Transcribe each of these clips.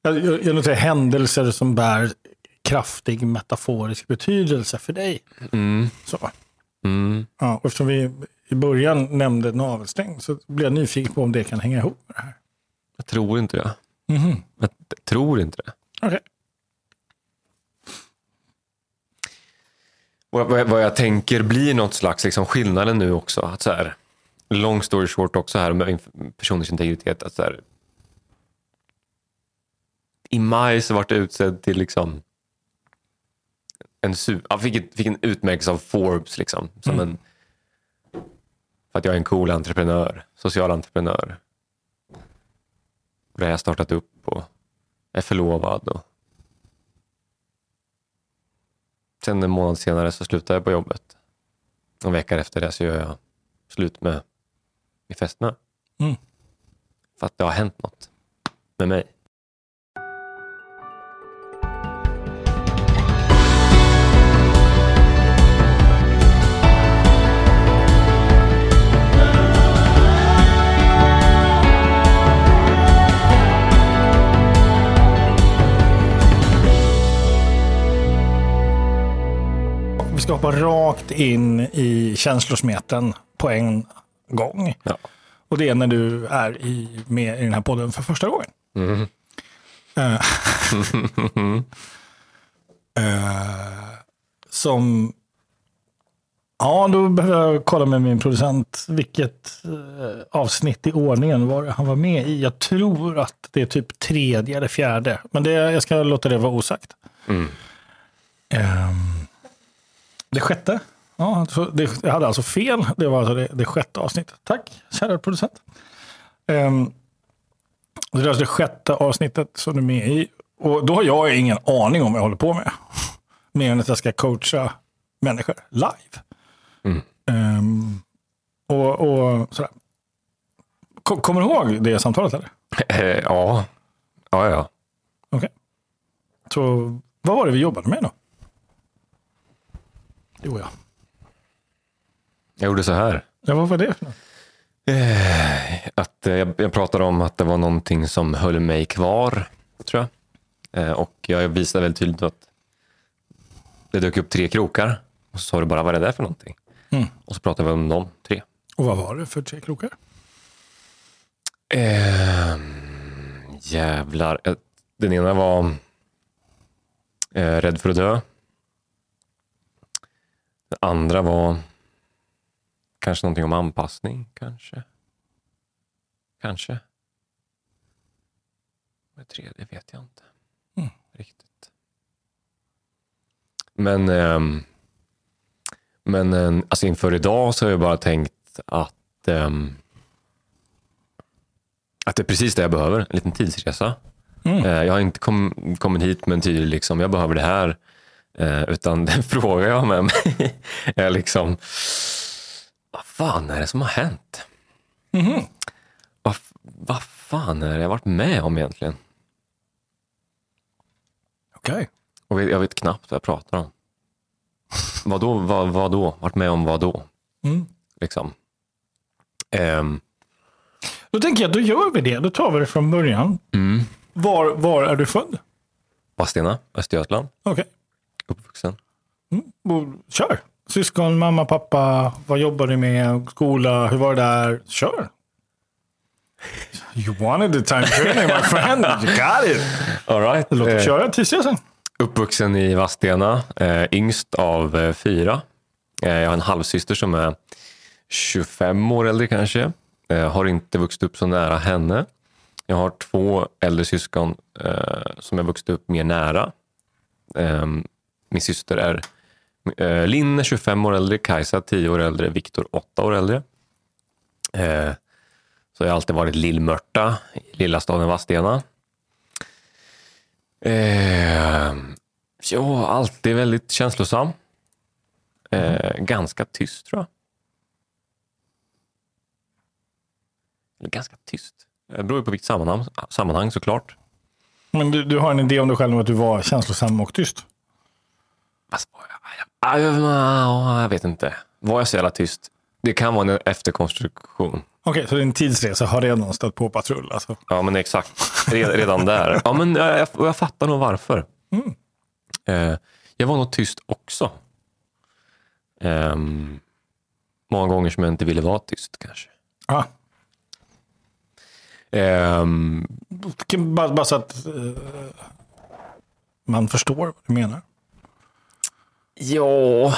Jag noterar händelser som bär kraftig metaforisk betydelse för dig. Så. Ja, och eftersom vi i början nämnde navelsträng så blir jag nyfiken på om det kan hänga ihop med det här. Jag tror inte det. Jag tror inte det. Okej. Vad jag tänker blir något slags liksom skillnaden nu också. Att så här, long story short också här med personers integritet. Att så här, i maj så vart jag utsedd till liksom fick en utmärkelse av Forbes liksom. Som för att jag är en cool entreprenör. Social entreprenör. Och det har jag startat upp och är förlovad. Och sen en månad senare så slutar jag på jobbet. En vecka efter det så gör jag slut med festerna. För att det har hänt något med mig. Vi ska hoppa rakt in i känslosmeten på en gång. Ja. Och det är när du är med i den här podden för första gången. Som... Ja, då behöver jag kolla med min producent vilket avsnitt i ordningen var han var med i. Jag tror att det är typ 3:e eller 4:e. Men jag ska låta det vara osagt. Det 6:e. Ja, jag hade alltså fel. Det var alltså det 6:e avsnittet. Tack, kära producent. Det är alltså det 6:e avsnittet som du är med i. Och då har jag ingen aning om vad jag håller på med. Mer än att jag ska coacha människor live. Och sådär. Kommer du ihåg det samtalet eller? Ja. Okej. Så vad var det vi jobbade med då? Jo, ja. Jag gjorde så här. Ja, vad var det för något? Att jag pratade om att det var någonting som höll mig kvar, tror jag. Och jag visade väldigt tydligt att det dök upp 3 krokar. Och så sa du bara, vad är det där för någonting? Och så pratade vi om de 3. Och vad var det för 3 krokar? Jävlar. Den ena var rädd för att dö. Den andra var kanske någonting om anpassning. Kanske. Det 3:e vet jag inte. Riktigt. Men alltså inför idag så har jag bara tänkt att det är precis det jag behöver. En liten tidsresa. Jag har inte kommit hit med en tydlig liksom, jag behöver det här. Utan den fråga jag har med mig är liksom, vad fan är det som har hänt? Vad fan är det jag varit med om egentligen? Okej. Och jag vet knappt vad jag pratar om. Vad då? Varit med om vad då? Liksom. Då tänker jag, då gör vi det. Då tar vi det från början. Var är du född? Vadstena, Östergötland. Okej. Uppvuxen. Kör. Syskon, mamma, pappa. Vad jobbar du med? Skola, hur var det där? Kör. You wanted the time journey, my friend. You got it. All right. Låt oss köra tidsresan. Uppvuxen i Vadstena. Yngst av 4. Jag har en halvsyster som är 25 år äldre kanske. Har inte vuxit upp så nära henne. Jag har 2 äldre syskon som jag vuxit upp mer nära. Min syster är Linn 25 år äldre, Kajsa 10 år äldre, Viktor 8 år äldre. Så jag har alltid varit lillmörta i lilla staden Vadstena. Ja, alltid väldigt känslosam. Ganska tyst, tror jag. Eller ganska tyst. Det beror ju på vilket sammanhang såklart. Men du har en idé om dig själv att du var känslosam och tyst? Jag vet inte. Var jag så jävla tyst? Det kan vara en efterkonstruktion. Okej, så din tidsresa har redan stött på patrull alltså. Ja, men exakt. Redan där. Ja, men jag fattar nog varför. Jag var nog tyst också. Många gånger som jag inte ville vara tyst kanske. Ja. Bara så att man förstår vad du menar. Ja.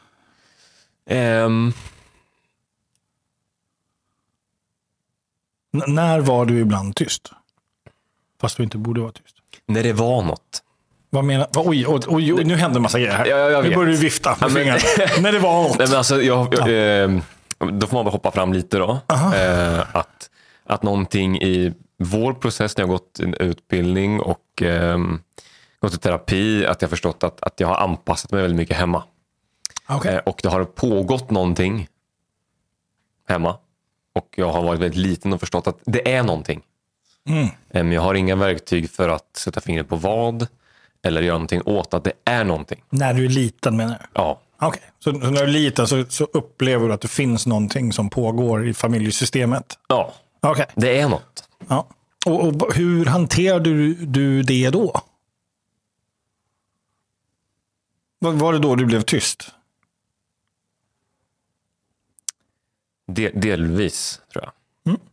När var du ibland tyst? Fast du inte borde vara tyst. När det var något. Vad menar du? Oj, nu händer en massa grejer här. Ja, jag nu vet. börjar du vifta med fingrarna. När det var något. Nej, men alltså, då får man bara hoppa fram lite då. Att någonting i vår process när jag har gått en utbildning och gått i terapi, att jag har förstått att jag har anpassat mig väldigt mycket hemma. Okay. Och det har pågått någonting hemma. Och jag har varit väldigt liten och förstått att det är någonting. Men jag har inga verktyg för att sätta fingret på vad eller göra någonting åt att det är någonting. När du är liten menar du? Ja. Okej, så när du är liten så upplever du att det finns någonting som pågår i familjesystemet? Ja, okay. Det är något. Ja. Och hur hanterar du det då? Var det då du blev tyst? Delvis, tror jag.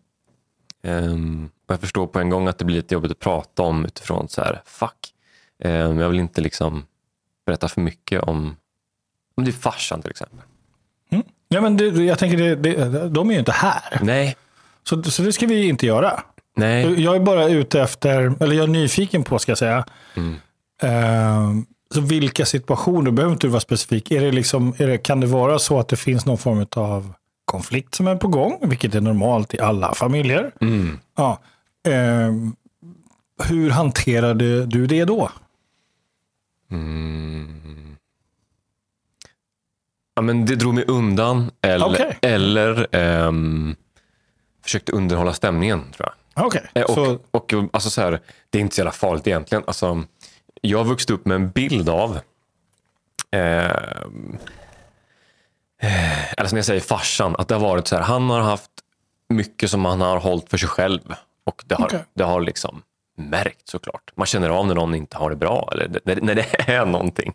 Jag förstår på en gång att det blir lite jobbigt att prata om utifrån så här, jag vill inte liksom berätta för mycket om det är farsan till exempel. Ja, men jag tänker, de är ju inte här. Nej. Så det ska vi inte göra. Nej. Jag är bara ute efter, eller jag är nyfiken på ska jag säga. Så vilka situationer, behöver inte vara specifik. Kan det vara så att det finns någon form av konflikt som är på gång, vilket är normalt i alla familjer. Ja. Hur hanterade du det då? Ja, men det drog mig undan eller försökte underhålla stämningen, tror jag. Okay. Och alltså så här, det är inte så jävla farligt egentligen. Alltså, jag har vuxit upp med en bild av eller som jag säger, farsan, att det har varit så här, han har haft mycket som han har hållit för sig själv och det har liksom märkt såklart. Man känner av när någon inte har det bra eller när det är någonting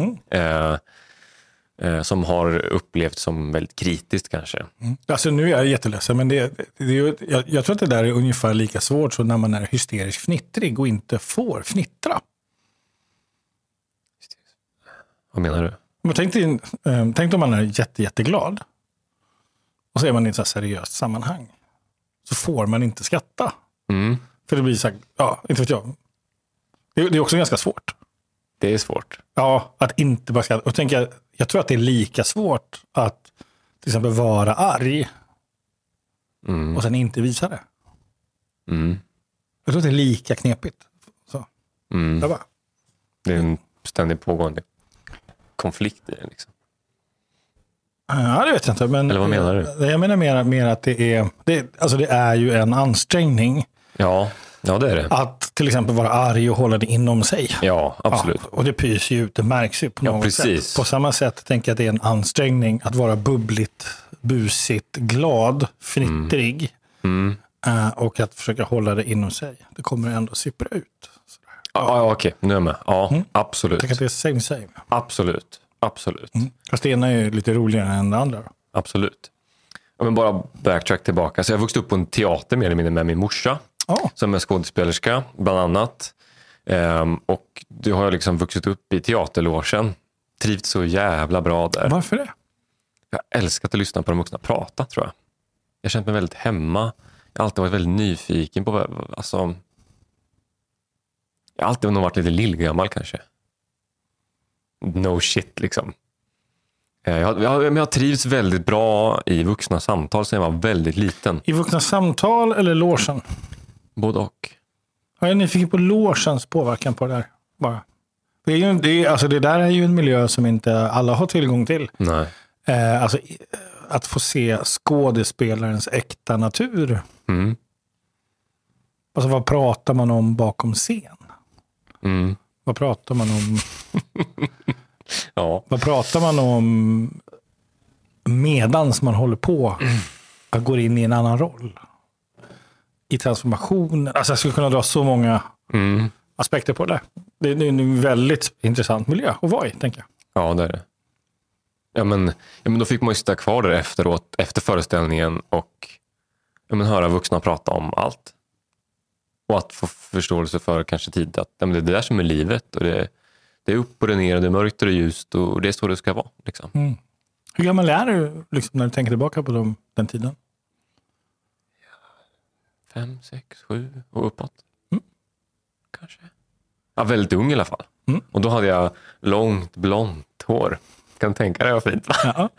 som har upplevts som väldigt kritiskt kanske. Alltså nu är jag jätteledsen, men jag tror att det där är ungefär lika svårt som när man är hysterisk fnittrig och inte får fnittra. Vad menar du? Tänk om man är jätteglad och så är man i ett så här seriöst sammanhang. Så får man inte skratta. För det blir så här, ja, inte vet jag. Det är också ganska svårt. Det är svårt. Ja, att inte bara skratta. Och jag tror att det är lika svårt att till exempel vara arg och sen inte visa det. Jag tror att det är lika knepigt. Så. Det är en ständigt pågående konflikt i det liksom. Ja, det vet jag inte. Men, eller vad menar du? Jag menar mer att det är ju en ansträngning. Ja, det är det. Att till exempel vara arg och hålla det inom sig. Ja, absolut. Ja, och det pyser ju ut, det märks ju på något sätt. På samma sätt tänker jag att det är en ansträngning att vara bubbligt, busigt, glad, fnittrig. Och att försöka hålla det inom sig. Det kommer ändå sippra ut. Ja, okej. Nu är jag med. Ja, absolut. Jag tänker att det är same. Absolut. Fast det ena är ju lite roligare än det andra. Absolut. Ja, men bara backtrack tillbaka. Så jag vuxit upp på en teater mer eller mindre med min morsa. Som är skådespelerska, bland annat. Och det har jag liksom vuxit upp i teaterlogen. Trivts så jävla bra där. Varför det? Jag har älskat att lyssna på de vuxna prata, tror jag. Jag har känt mig väldigt hemma. Jag har alltid varit väldigt nyfiken på... Alltså, jag har alltid nog varit lite lillgammal kanske. No shit liksom. Jag trivs väldigt bra i vuxna samtal sedan jag var väldigt liten. I vuxna samtal eller logen? Både och. Jag är nyfiken på logens påverkan på det där. Bara. Det där är ju en miljö som inte alla har tillgång till. Nej. Alltså att få se skådespelarens äkta natur. Alltså vad pratar man om bakom scen? Vad pratar man om? Ja. Vad pratar man om medans man håller på att gå in i en annan roll. I transformation. Alltså jag skulle kunna dra så många aspekter på det. Det är en väldigt intressant miljö att vara i, tänker jag. Ja, det är det. Ja, men då fick man ju sitta kvar där efteråt, efter föreställningen och höra vuxna prata om allt. Och att få förståelse för kanske tid att det är det där som är livet. Och det är upp och det ner, det är mörkt och det är ljust och det är så det ska vara. Liksom. Hur gammal är du liksom, när du tänker tillbaka på den tiden? 5, 6, 7 och uppåt. Kanske. Ja, väldigt ung i alla fall. Och då hade jag långt blont hår. Kan tänka dig vad fint, va? Ja.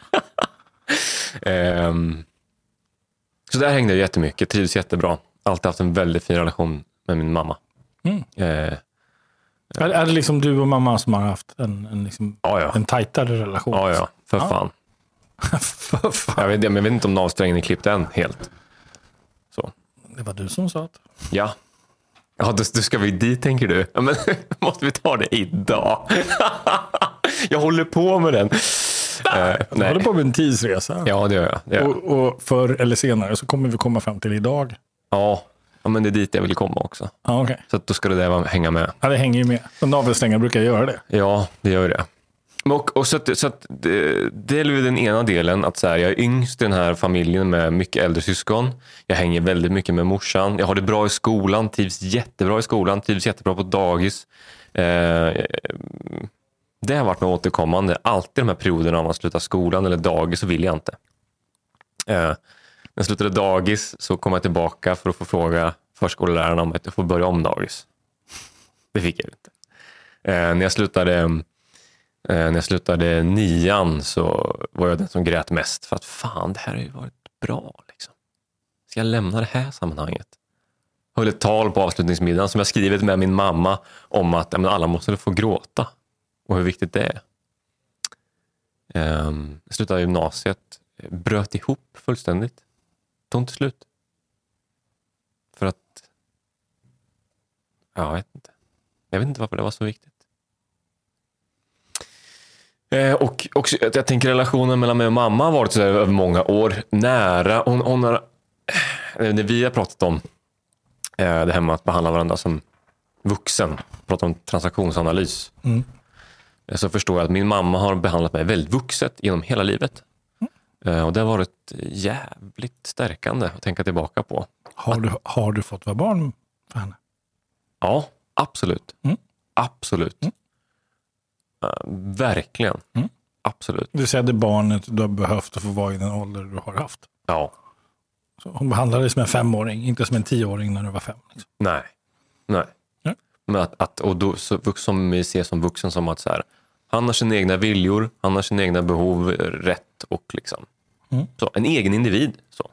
Så där hängde jag jättemycket. Trivs jättebra. Alltid haft en väldigt fin relation med min mamma. Är det liksom du och mamma som har haft en tajtare relation? Ja, för fan. För fan. Jag vet inte om navsträngen är klippt än helt. Så. Det var du som sa det. Ja, då ska vi dit, tänker du. Ja, men måste vi ta det idag? Jag håller på med den. Du håller på med en tidsresa. Ja, det gör jag. Och förr eller senare så kommer vi komma fram till idag. Ja, men det är dit jag vill komma också. Ja, okay. Så att då ska det där hänga med. Ja, det hänger ju med. Och navelsträngar brukar göra det. Ja, det gör det. Och så att det är den ena delen. Att så här, jag är yngst i den här familjen med mycket äldre syskon. Jag hänger väldigt mycket med morsan. Jag har det bra i skolan. Trivs jättebra i skolan. Trivs jättebra på dagis. Det har varit något återkommande. Alltid de här perioderna om man slutar skolan eller dagis så vill jag inte. När jag slutade dagis så kom jag tillbaka för att få fråga förskollärarna om att jag får börja om dagis. Det fick jag inte. När jag slutade 9:an så var jag den som grät mest. För att fan, det här har ju varit bra. Liksom. Ska jag lämna det här sammanhanget? Jag höll ett tal på avslutningsmiddagen som jag skrivit med min mamma om att alla måste få gråta. Och hur viktigt det är. Jag slutade gymnasiet. Bröt ihop fullständigt. Tog inte slut. För att... Jag vet inte varför det var så viktigt. Och jag tänker relationen mellan mig och mamma har varit så över många år. Nära. Hon har... När vi har pratat om det här med att behandla varandra som vuxen. Pratat om transaktionsanalys. Så förstår jag att min mamma har behandlat mig väldigt vuxet genom hela livet. Och det har varit jävligt stärkande att tänka tillbaka på. Har du fått vara barn för henne? Ja, absolut. Absolut. Verkligen. Absolut. Du säger det barnet du har behövt att få vara i den ålder du har haft. Ja. Så hon behandlade dig som en 5-åring, inte som en 10-åring när du var 5. Liksom. Nej. Men och då, som vi ser som vuxen som att så här, han har sina egna viljor, han har sina egna behov, rätt och liksom. Så, en egen individ. Så.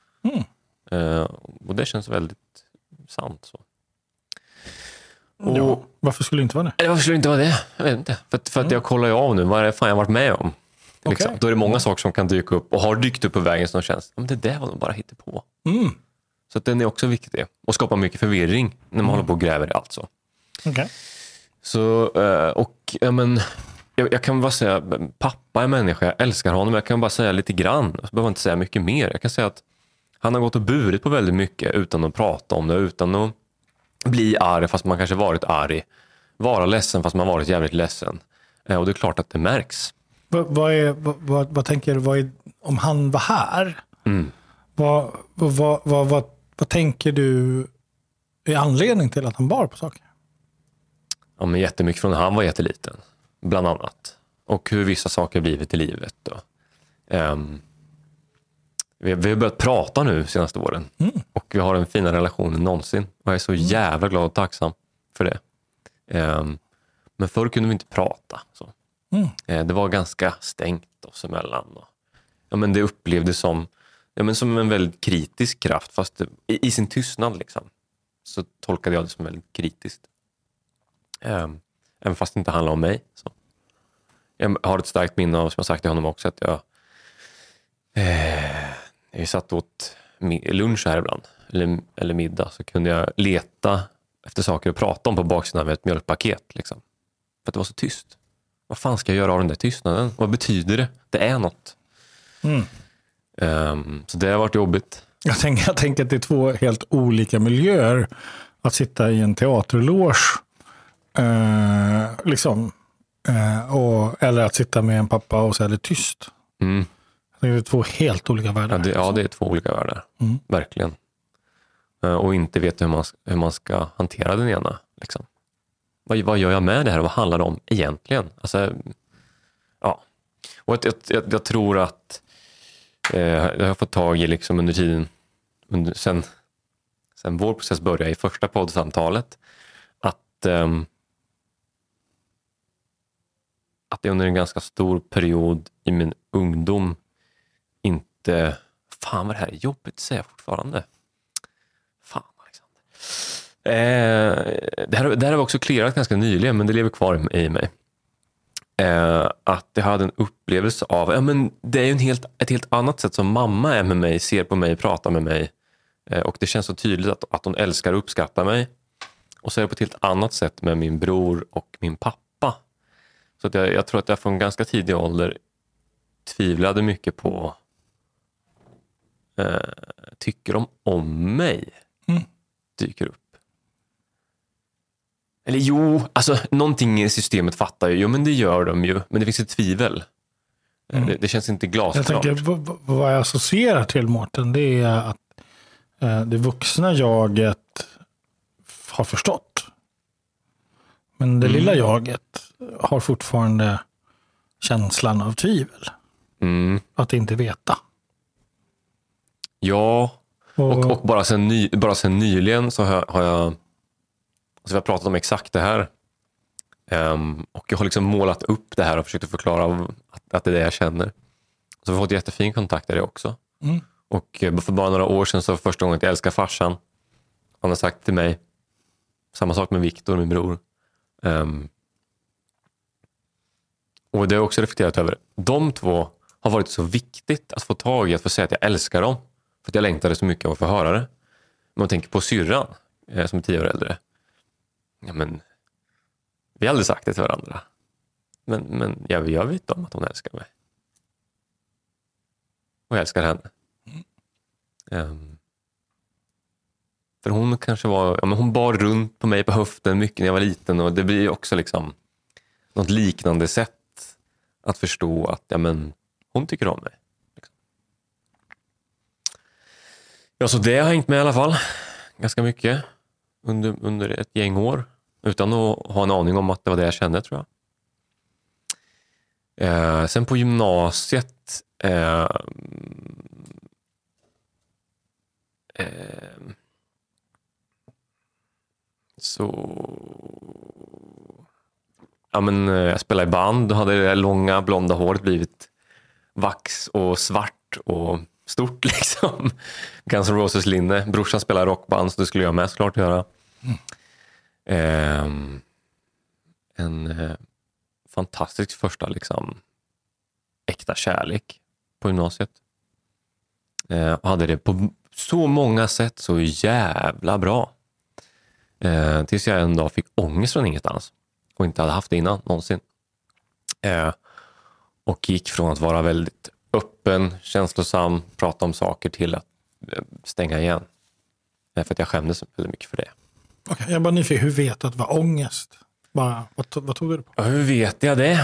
Och det känns väldigt sant. Så. Och, ja, varför skulle det inte vara det? Varför skulle det inte vara det? Jag vet inte. För att jag kollar ju av nu, vad är det fan jag har varit med om? Liksom. Okay. Då är det många saker som kan dyka upp och har dykt upp på vägen som känns, men det där var nog bara hittepå. Så att den är också viktig. Och skapar mycket förvirring när man håller på och gräver i allt så. Okay. Så, och jag kan bara säga, pappa är människa, jag älskar honom, jag kan bara säga lite grann. Jag behöver inte säga mycket mer. Jag kan säga att han har gått och burit på väldigt mycket utan att prata om det, utan att bli arg fast man kanske varit arg. Vara ledsen fast man varit jävligt ledsen. Och det är klart att det märks. Vad tänker du, om han var här? Vad tänker du är anledning till att han bar på saker? Ja, men jättemycket från när han var jätteliten, bland annat. Och hur vissa saker blivit i livet. Då. Vi har börjat prata nu senaste åren. Och vi har en finare relation än någonsin. Och jag är så jävla glad och tacksam för det. Men förr kunde vi inte prata. Så. Det var ganska stängt oss emellan. Och, men det upplevdes som en väldigt kritisk kraft. Fast i sin tystnad liksom. Så tolkade jag det som väldigt kritiskt. Även fast det inte handlar om mig. Så. Jag har ett starkt minne av, som jag sagt till honom också, att jag satt åt lunch här ibland. Eller middag. Så kunde jag leta efter saker att prata om på baksidan av ett mjölkpaket. Liksom. För att det var så tyst. Vad fan ska jag göra av den där tystnaden? Vad betyder det? Det är något. Så det har varit jobbigt. Jag tänker att det är två helt olika miljöer. Att sitta i en teaterloge eller att sitta med en pappa och säga det tyst. Det är två helt olika världar. Det är två olika världar. Verkligen. Och inte veta hur man ska hantera den ena. Liksom. Vad gör jag med det här? Vad handlar det om egentligen? Alltså, ja. Och jag tror att jag har fått tag i liksom under tiden, sen vår process började i första poddsamtalet, att jag under en ganska stor period i min ungdom inte... Fan vad det här är jobbigt, säger jag fortfarande. Fan, Alexander. Det här har också clearat ganska nyligen, men det lever kvar i mig. Att jag hade en upplevelse av... men det är ju ett helt annat sätt som mamma är med mig, ser på mig, pratar med mig. Och det känns så tydligt att hon älskar och uppskattar mig. Och så är det på ett helt annat sätt med min bror och min pappa. Så att jag tror att jag från ganska tidig ålder tvivlade mycket på tycker de om mig dyker upp. Eller alltså någonting i systemet fattar ju. Jo, men det gör de ju. Men det finns ett tvivel. Det känns inte glasklart. Jag tänker, vad jag associerar till, Mårten, det är att det vuxna jaget har förstått. Men det lilla jaget har fortfarande känslan av tvivel. Att inte veta. Ja, och bara sen nyligen så har jag... Så vi har pratat om exakt det här. Och jag har liksom målat upp det här och försökt förklara att det är det jag känner. Så vi har fått jättefin kontakt där också. Och för bara några år sedan så var första gången att jag älskar farsan. Han har sagt till mig, samma sak med Viktor, min bror. Och det har jag också reflekterat över. De två har varit så viktigt att få tag i, att få säga att jag älskar dem. För att jag längtade så mycket av att få höra det. Men man tänker på syrran som är 10 år äldre. Ja, men vi har aldrig sagt det till varandra. Men jag vet om att hon älskar mig. Och jag älskar henne. För hon kanske var... men hon bar runt på mig på höften mycket när jag var liten. Och det blir också liksom något liknande sätt att förstå att hon tycker om mig. Liksom. Ja, så det har hängt med i alla fall. Ganska mycket. Under ett gäng år. Utan att ha en aning om att det var det jag kände, tror jag. Sen på gymnasiet... jag spelade i band. Då hade det långa blonda håret blivit vax och svart och stort liksom. Guns N' Roses linne. Brorsan spelade rockband, så det skulle jag med såklart göra. En fantastisk första liksom äkta kärlek på gymnasiet. Och hade det på så många sätt så jävla bra. Tills jag en dag fick ångest från ingenstans. Och inte hade haft det innan, någonsin. Och gick från att vara väldigt öppen, känslosam, prata om saker till att stänga igen. För att jag skämdes väldigt mycket för det. Okej, jag är bara nyfiken, hur vet du att det var ångest? Vad tog du det på? Ja, hur vet jag det?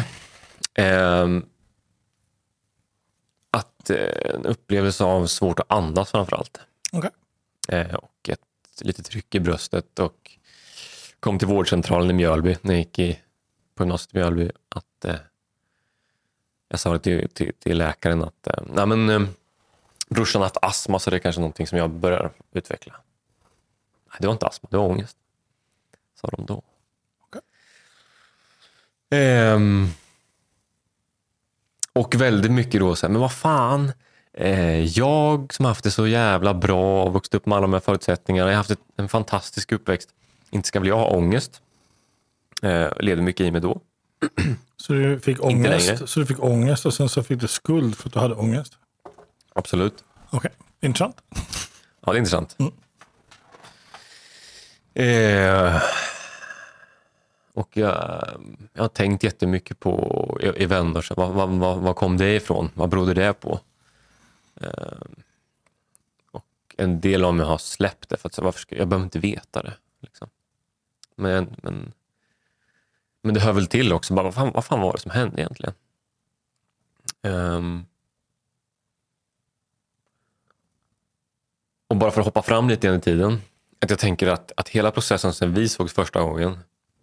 Att en upplevelse av svårt att andas framförallt. Okay. Och ett litet tryck i bröstet, och kom till vårdcentralen i Mjölby när jag gick på gymnasiet i Mjölby, att jag sa till läkaren att brorsan har haft astma, så det är kanske någonting som jag börjar utveckla. Nej, det var inte astma, det var ångest, sa de då. Okay. Och väldigt mycket då så här, men vad fan, jag som har haft det så jävla bra och vuxit upp med alla de här förutsättningarna, jag har haft en fantastisk uppväxt, inte ska väl jag ha ångest. Levde mycket i mig då. Så du fick ångest, och sen så fick du skuld för att du hade ångest? Absolut. Okej, intressant. Ja, det är intressant. Och jag har tänkt jättemycket på i vänner, så vad kom det ifrån? Vad berodde det på? Och en del av mig har släppt det för att jag behöver inte veta det. Liksom. Men det hör väl till också. Bara, vad fan var det som hände egentligen? Och bara för att hoppa fram lite i tiden. Att jag tänker att hela processen sen vi sågs första gången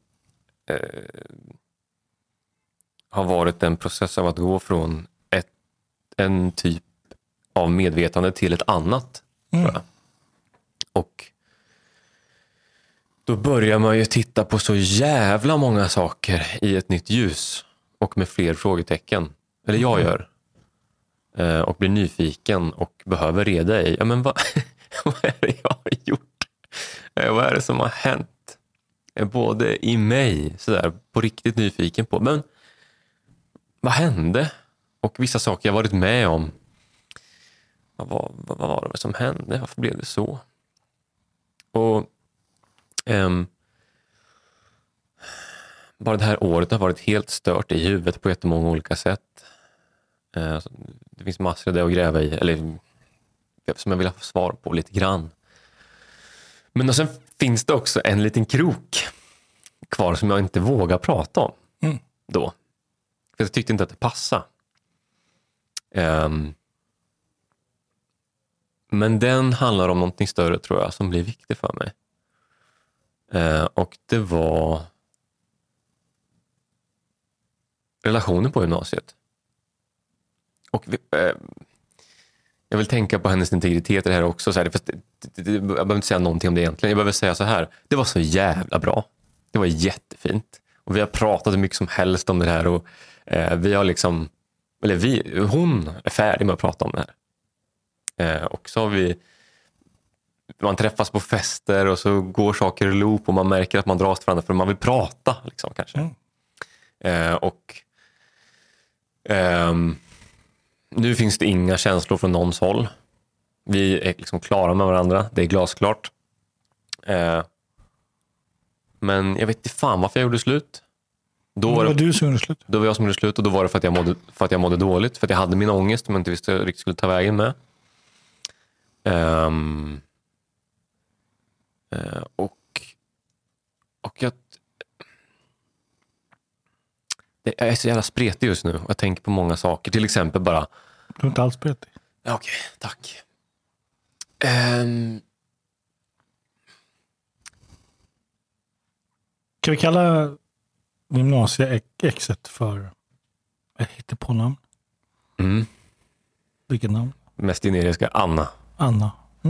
har varit en process av att gå från en typ av medvetande till ett annat. Tror jag. Och då börjar man ju titta på så jävla många saker i ett nytt ljus och med fler frågetecken. Eller jag gör. Och blir nyfiken och behöver reda i. Ja, men vad är det jag har gjort? Vad är det som har hänt? Både i mig, sådär, på riktigt nyfiken på. Men vad hände? Och vissa saker jag varit med om. Vad var det som hände? Varför blev det så? Och bara det här året har varit helt stört i huvudet på jättemånga olika sätt. Det finns massor av det att gräva i, eller som jag vill ha svar på lite grann. Men sen finns det också en liten krok kvar som jag inte vågar prata om då. För jag tyckte inte att det passade. Men den handlar om någonting större, tror jag, som blir viktigt för mig. Och det var relationen på gymnasiet. Och jag vill tänka på hennes integritet i det här också. Så här, jag behöver inte säga någonting om det egentligen. Jag behöver säga så här. Det var så jävla bra. Det var jättefint. Och vi har pratat hur mycket som helst om det här. Och vi har liksom... Eller hon är färdig med att prata om det här. Och så har vi... Man träffas på fester och så går saker i loop och man märker att man dras till varandra för man vill prata. Liksom, kanske. Nu finns det inga känslor från någons håll. Vi är liksom klara med varandra. Det är glasklart. Men jag vet inte fan varför jag gjorde slut. Då var det du som gjorde slut. Då var jag som gjorde slut och då var det för att jag mådde dåligt. För att jag hade min ångest men inte visste jag riktigt skulle ta vägen med. Och jag är så jävla spretig just nu. Jag tänker på många saker. Till exempel bara... Du är inte alls spretig. Okej, tack. Kan vi kalla gymnasieexet för ett hittepånamn? Vilket namn? Mest generiska, Anna. Anna.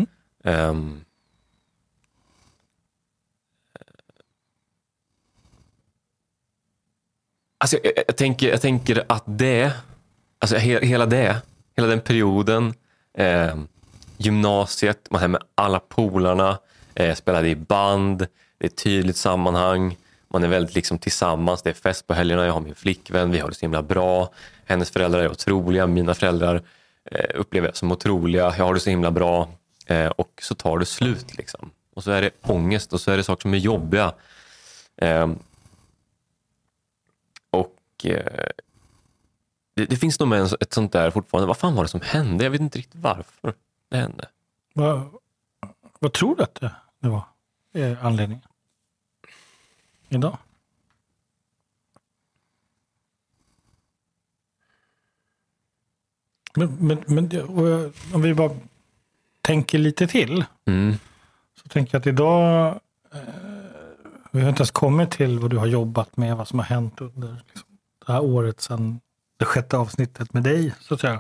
Alltså jag tänker att det, alltså hela den perioden, gymnasiet, man är med alla polarna, spelade i band, det är ett tydligt sammanhang, man är väldigt liksom tillsammans, det är fest på helgerna, jag har min flickvän, vi har det så himla bra, hennes föräldrar är otroliga, mina föräldrar upplever jag som otroliga, jag har det så himla bra, och så tar det slut liksom. Och så är det ångest och så är det saker som är jobbiga. Det finns nog med ett sånt där fortfarande. Vad fan var det som hände? Jag vet inte riktigt varför det hände. Vad tror du att det var anledningen? Idag? Men om vi bara tänker lite till. Så tänker jag att idag vi har inte ens kommit till vad du har jobbat med, vad som har hänt under liksom, det här året sedan det 6:e avsnittet med dig, så att säga.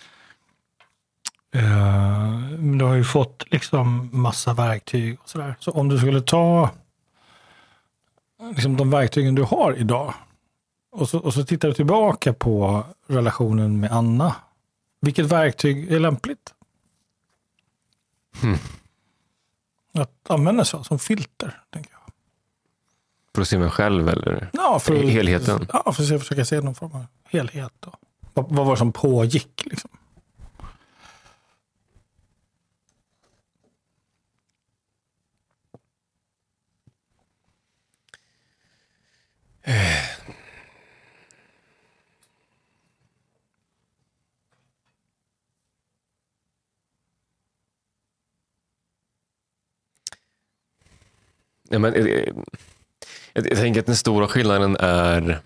Men du har ju fått liksom massa verktyg och sådär. Så om du skulle ta liksom de verktygen du har idag och så tittar du tillbaka på relationen med Anna. Vilket verktyg är lämpligt? Att använda så som filter, tänker jag. För att se mig själv eller helheten? Ja, för att försöka se någon form av helhet. Då. Vad var det som pågick liksom? Ja, men, jag tänker att den stora skillnaden är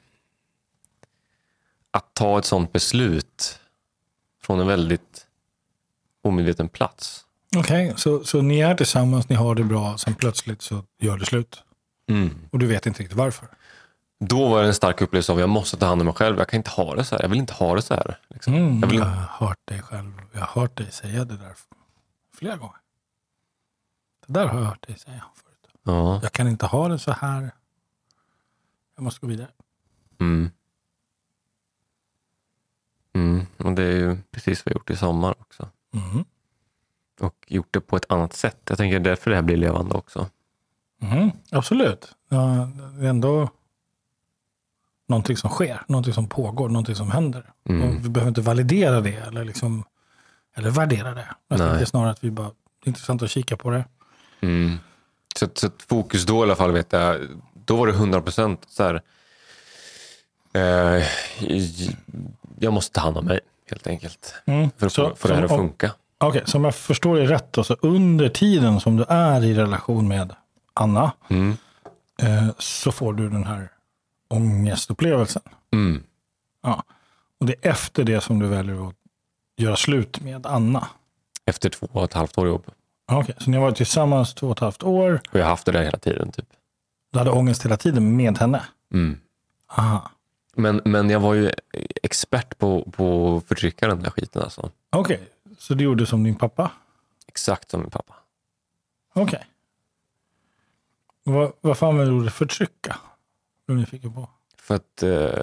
att ta ett sånt beslut från en väldigt omedveten plats. Okej, så ni är tillsammans, ni har det bra, sen plötsligt så gör det slut. Och du vet inte riktigt varför. Då var det en stark upplevelse av jag måste ta hand om mig själv. Jag kan inte ha det så här. Jag vill inte ha det så här. Liksom. Jag har hört dig själv. Jag har hört dig säga det där flera gånger. Det där har jag hört dig säga förut. Ja. Jag kan inte ha det så här. Jag måste gå vidare. Och det är ju precis vad jag gjort i sommar också. Och gjort det på ett annat sätt. Jag tänker därför det här blir levande också. Absolut. Ja, det är ändå någonting som sker. Någonting som pågår. Någonting som händer. Och vi behöver inte validera det. Eller värdera det. Jag tänker snarare att det är intressant att kika på det. Så ett fokus då i alla fall vet jag. Då var det 100% så här. Jag måste ta hand om mig helt enkelt. För att få det här att funka. Okej, så om jag förstår det rätt då, så under tiden som du är i relation med Anna så får du den här ångestupplevelsen. Ja. Och det är efter det som du väljer att göra slut med Anna. Efter 2,5 år jobb. Okej, så ni har varit tillsammans 2,5 år. Och jag har haft det där hela tiden typ. Du hade ångest hela tiden med henne? Aha. Men jag var ju expert på att förtrycka den där skiten alltså. Okej, så du gjorde som din pappa? Exakt som min pappa. Okej. Vad fan var det ordet förtrycka? Vad ni fick på? För att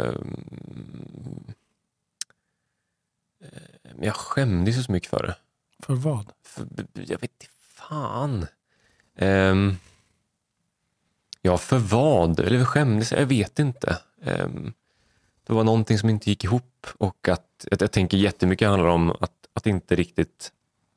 jag skämdes så mycket för det. För vad? Jag vet inte fan. Ja, för vad? Eller skämdes? Jag vet inte. Det var någonting som inte gick ihop. Och att jag tänker jättemycket handlar om att inte riktigt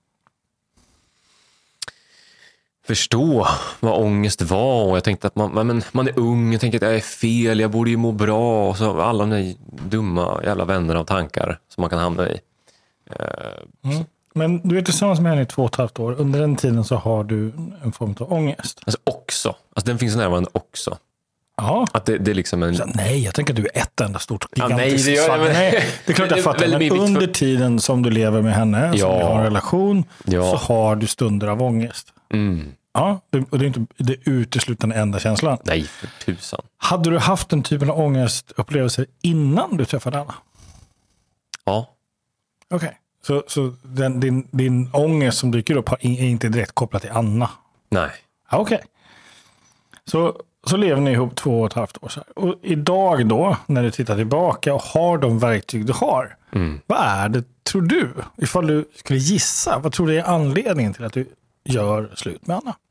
förstå vad ångest var. Och jag tänkte att man är ung. Jag tänkte att jag är fel. Jag borde ju må bra. Och så alla de där dumma jävla vänner av tankar som man kan hamna i. Men du är tillsammans med henne i 2,5 år. Under den tiden så har du en form av ångest. Alltså också. Alltså den finns närvarande också. Ja. Att det är liksom en... Så, nej, jag tänker att du är ett enda stort gigantiskt nej, det är klart jag fattar. Men under tiden som du lever med henne, som ni har en relation, så har du stunder av ångest. Ja, och det är inte det uteslutande enda känslan. Nej, för tusan. Hade du haft den typen av ångestupplevelser innan du träffade Anna? Ja. Okej. Så din ångest som dyker upp är inte direkt kopplad till Anna? Nej. Okej. Så lever ni ihop 2,5 år. Så här. Och idag då, när du tittar tillbaka och har de verktyg du har, vad är det, tror du? Ifall du skulle gissa, vad tror du är anledningen till att du gör slut med Anna?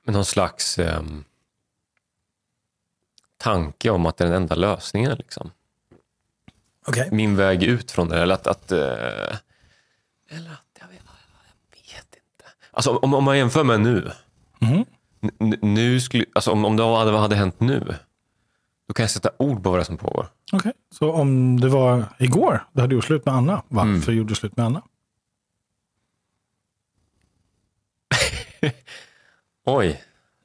någon slags tanke om att det är den enda lösningen liksom. Okej. Min väg ut från det, eller att jag vet inte. Alltså om man jämför med nu. Mhm. Nu skulle, alltså om det hade hänt nu, då kan jag sätta ord på vad det är som pågår. Okej. Så om det var igår, då hade du gjort slut med Anna. Varför gjorde du slut med Anna? Oj.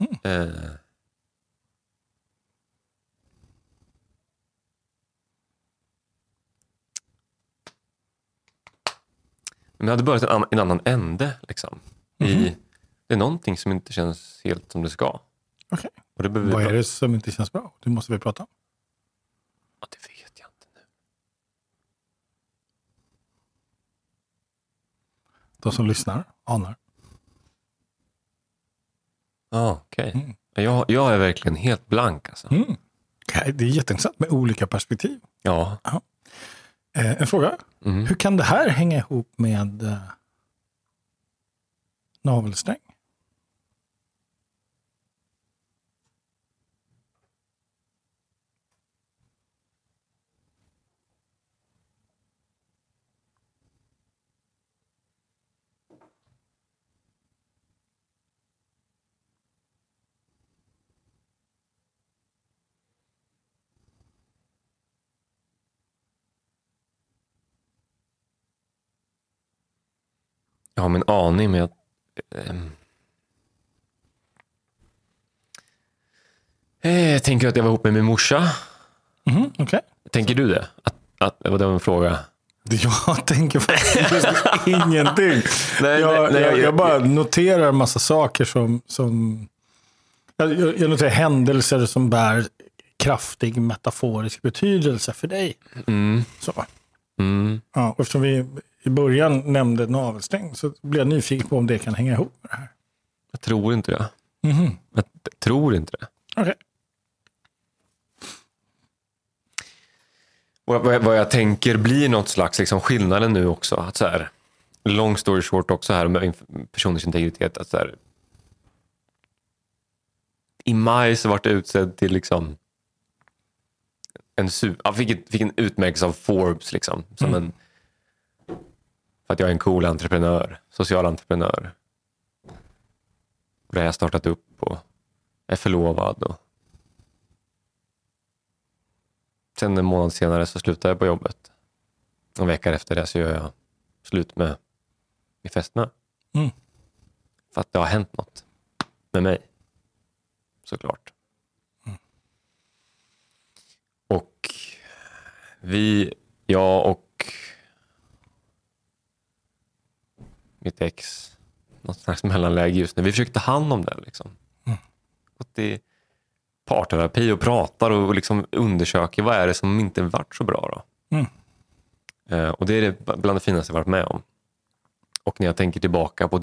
Men det hade börjat en annan ände liksom. Det är någonting som inte känns helt som det ska. Okej. Och det behöver Vad är det som inte känns bra? Det måste vi prata om. Ja, det vet jag inte nu. De som lyssnar anar. Ja, okej. Jag är verkligen helt blank alltså. Okej, det är jätteintressant med olika perspektiv. Ja. En fråga. Hur kan det här hänga ihop med navelsträng? Jag har min aning med att jag tänker att jag var ihop med min morsa. Okej. Tänker du det? Att det var en fråga. Jag tänker faktiskt ingenting. Nej, Jag bara noterar en massa saker som jag noterar händelser som bär kraftig metaforisk betydelse för dig. Så. Ja, och eftersom vi i början nämnde navelsträng så blir jag nyfiken på om det kan hänga ihop med det här. Jag tror inte det. Jag tror inte det. Okej. Vad jag tänker blir något slags liksom skillnaden nu också. Att så här, long story short också här med personers integritet. Att så här, i maj så vart det utsedd till liksom fick en utmärkelse av Forbes liksom. Som för att jag är en cool entreprenör. Social entreprenör. Och det har jag startat upp och är förlovad. Och sen en månad senare så slutar jag på jobbet. En vecka efter det så gör jag slut med min fästmö. För att det har hänt något med mig. Såklart. Och jag och mitt ex, något slags mellanläge just nu. Vi försökte ta hand om det liksom. Gått i parterapi och pratar och liksom undersöker vad är det som inte varit så bra då. Och det är det bland det finaste jag varit med om. Och när jag tänker tillbaka på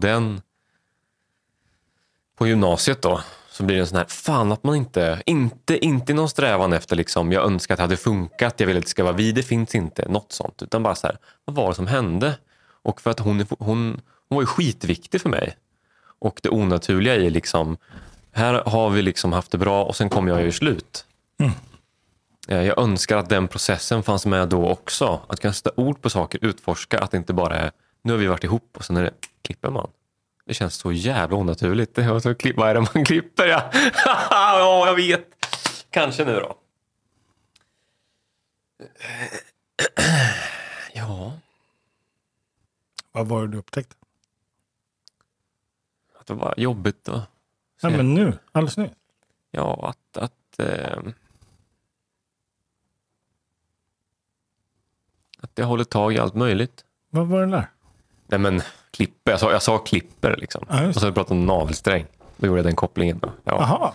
på gymnasiet då, så blir det en sån här, fan att man inte någon strävan efter liksom, jag önskar att det hade funkat, jag vill att det ska vara det finns inte något sånt, utan bara så här, vad var det som hände? Och för att hon var ju skitviktig för mig. Och det onaturliga är liksom, här har vi liksom haft det bra och sen kommer jag ju slut. Jag önskar att den processen fanns med då också. Att kunna sätta ord på saker, utforska, att det inte bara är, nu har vi varit ihop och sen är det, klipper man. Det känns så jävla onaturligt. Vad är det man klipper? Ja, ja jag vet. Kanske nu då. Ja. Vad var det du upptäckte? Att det var jobbigt då. Ja, men nu, alldeles nu. Ja, att det håller tag i allt möjligt. Vad var det där? Nej men, klipper. Jag sa klipper liksom. Ja, och så pratade om navelsträng. Då gjorde jag den kopplingen då. Ja. Aha.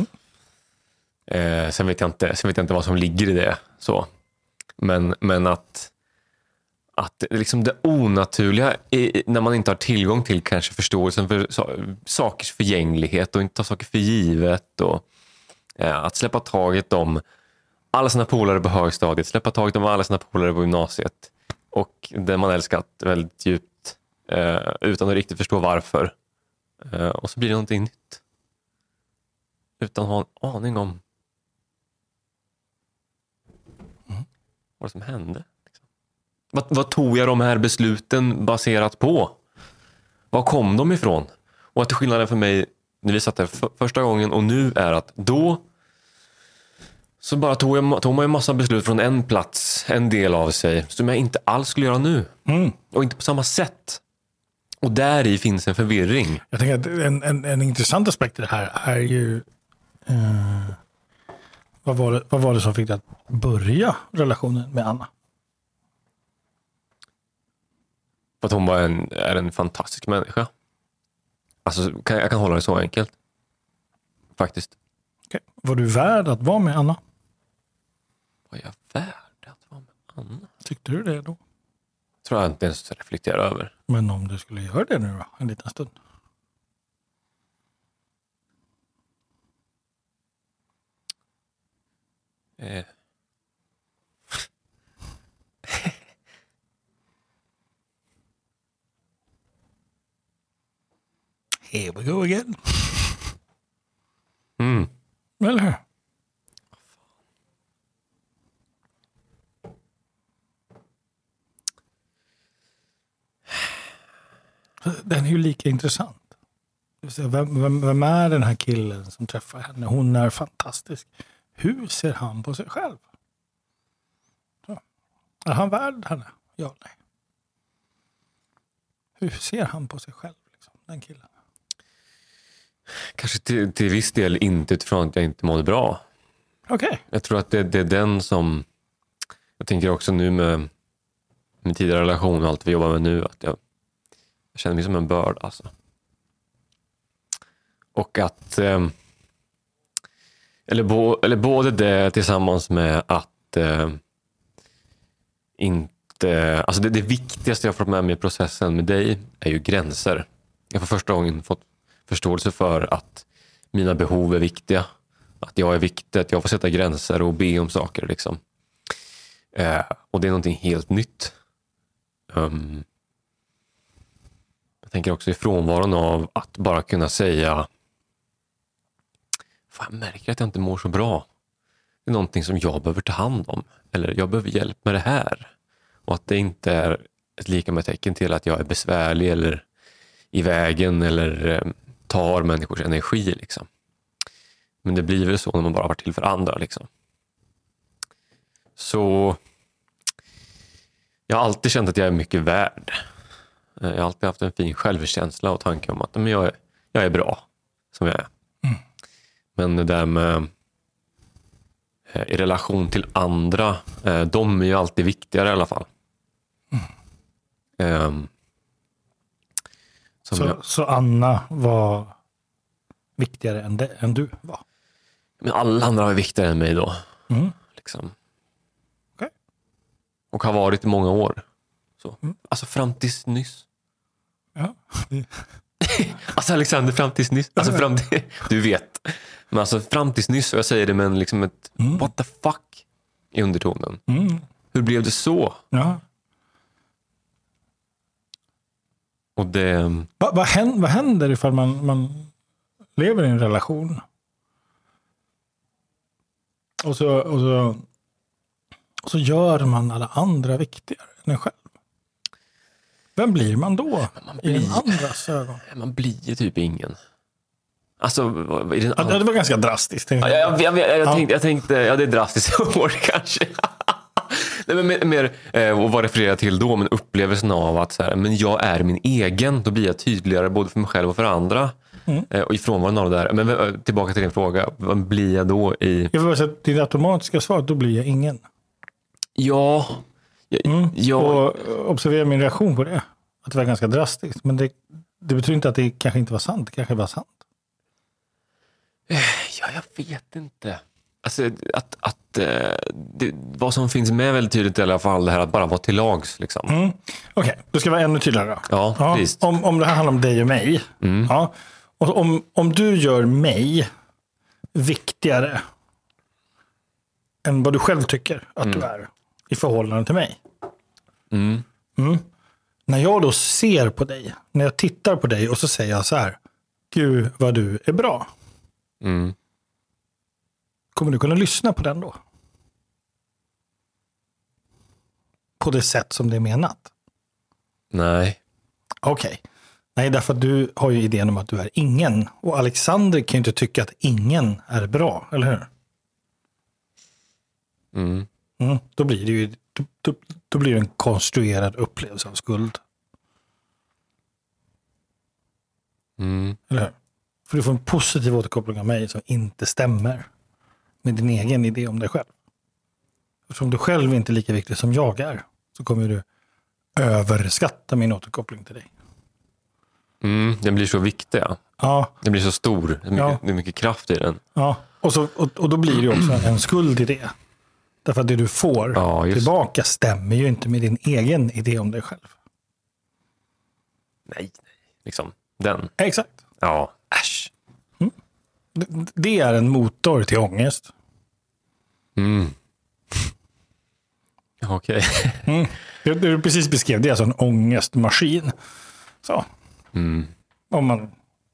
Sen vet jag inte vad som ligger i det. Så. Men att liksom det onaturliga när man inte har tillgång till kanske förståelsen för sakers förgänglighet och inte ta saker för givet och att släppa taget om alla sina polare på högstadiet, släppa taget om alla sina polare på gymnasiet och det man älskat väldigt djupt utan att riktigt förstå varför. Och så blir det någonting nytt. utan att ha en aning om vad som hände. Liksom. Vad tog jag de här besluten baserat på? Var kom de ifrån? Och att skillnaden för mig när vi satt där första gången och nu är att då så bara tog man en massa beslut från en plats, en del av sig, som jag inte alls skulle göra nu. Och inte på samma sätt. Och där i finns en förvirring. Jag tänker att en intressant aspekt i det här är ju vad var det som fick dig att börja relationen med Anna? För att hon är en fantastisk människa. Alltså, jag kan hålla det så enkelt. Faktiskt. Okay. Var du värd att vara med Anna? Var jag värd att vara med Anna? Tyckte du det då? Tror jag inte ens reflekterar över. Men om du skulle göra det nu då, en liten stund? Here we go again. Eller hur? Den är ju lika intressant. Vem är den här killen som träffar henne? Hon är fantastisk. Hur ser han på sig själv? Så. Är han värd henne? Ja, nej. Hur ser han på sig själv, liksom, den killen? Kanske till viss del inte utifrån att jag inte mådde bra. Okej. Jag tror att det är den som... Jag tänker också nu med min tidigare relation och allt vi jobbar med nu, att jag känner mig som en börd, alltså. Och att... Eller både det tillsammans med att inte... Alltså det viktigaste jag fått med mig i processen med dig är ju gränser. Jag har för första gången fått förståelse för att mina behov är viktiga. Att jag är viktig, att jag får sätta gränser och be om saker. Liksom. Och det är någonting helt nytt. Jag tänker också i frånvaron av att bara kunna säga fan, jag märker att jag inte mår så bra. Det är någonting som jag behöver ta hand om. Eller jag behöver hjälp med det här. Och att det inte är ett lika med tecken till att jag är besvärlig eller i vägen eller tar människors energi. Liksom. Men det blir väl så när man bara var till för andra. Liksom. Så jag har alltid känt att jag är mycket värd. Jag har alltid haft en fin självkänsla och tanke om att men jag är bra som jag är. Men det där med i relation till andra, de är ju alltid viktigare i alla fall. Så Anna var viktigare än du var? Men alla andra var viktigare än mig då. Liksom. Okay. Och har varit i många år. Så. Alltså fram tills nyss. Ja. Alltså Alexander, fram tills nyss. Alltså fram till, du vet. Men alltså fram tills nyss, och jag säger det med liksom ett what the fuck i undertonen. Hur blev det så? Ja. Och det... Vad händer ifall man lever i en relation? Och så gör man alla andra viktigare än en själv. Vem blir man då? I den andras ögon? Man blir ju typ ingen. Alltså, det var ganska drastiskt. Jag tänkte, ja, det är drastiskt hårt kanske. Nej, men mer och vad refererar till då, men upplevelsen av att så här, men jag är min egen, då blir jag tydligare både för mig själv och för andra. Och ifrån av det där. Men tillbaka till din fråga, vad blir jag då i... Jag vill bara säga att ditt automatiska svar, då blir jag ingen. Ja. Och observera min reaktion på det. Att det var ganska drastiskt. Men det betyder inte att det kanske inte var sant. Det kanske var sant. Ja, jag vet inte. Alltså vad som finns med väldigt tydligt i alla fall, det här att bara vara till lags. Liksom. Okej, då ska jag vara ännu tydligare. Ja, visst. Om det här handlar om dig och mig. Ja, och om du gör mig viktigare än vad du själv tycker att du är i förhållande till mig. När jag då ser på dig, när jag tittar på dig och så säger jag så här, gud vad du är bra. kommer du kunna lyssna på den då? På det sätt som det är menat? Nej. Okej. Nej, därför att du har ju idén om att du är ingen. Och Alexander kan ju inte tycka att ingen är bra, eller hur? Då blir det ju då blir det en konstruerad upplevelse av skuld. Eller hur? För du får en positiv återkoppling av mig som inte stämmer med din egen idé om dig själv. Eftersom du själv inte är lika viktig som jag är, så kommer du överskatta min återkoppling till dig. Den blir så viktig. Ja. Den blir så stor. Det är mycket kraft i den. Ja, och då blir det ju också en skuld i det. Därför att det du får tillbaka stämmer ju inte med din egen idé om dig själv. Nej. Liksom den. Exakt. Ja, äsch. Det är en motor till ångest. Okej. Det du precis beskrev, det är alltså en ångestmaskin. Så. Om man...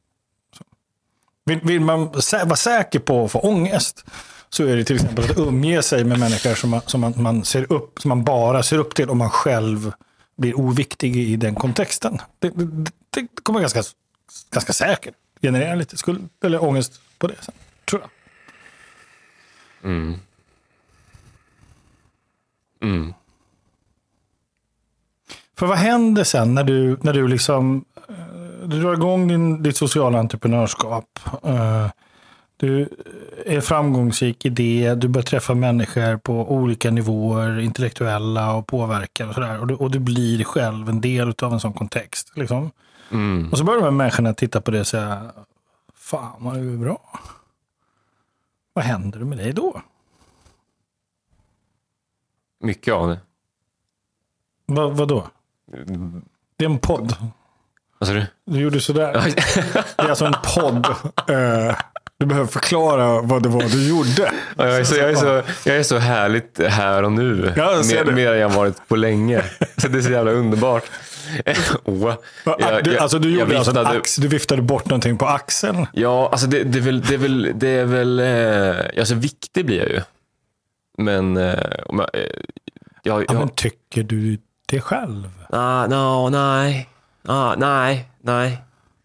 Vill man vara säker på att få ångest, så är det till exempel att umge sig med människor som man bara ser upp till om man själv blir oviktig i den kontexten. Det kommer ganska säkert generera lite skuld eller ångest på det sen, tror jag. För vad händer sen när du liksom du drar igång ditt sociala entreprenörskap? Du är framgångsrik i det. Du börjar träffa människor på olika nivåer, intellektuella och påverkar och sådär. Och du blir själv en del av en sån kontext. Liksom. Och så börjar de här människorna titta på det och säga, fan vad det är bra. Vad händer med dig då? Mycket av det. Vad då? Det är en podd. Vad sa du? Du gjorde sådär. Det är alltså en podd. Du behöver förklara vad det var du gjorde. Ja, jag är så härligt här och nu. Ja, mer än jag varit på länge. Så det är så jävla underbart. Du viftade bort någonting på axeln. Ja, alltså det är väl alltså viktig blir jag ju. Men men tycker du det själv? Nej.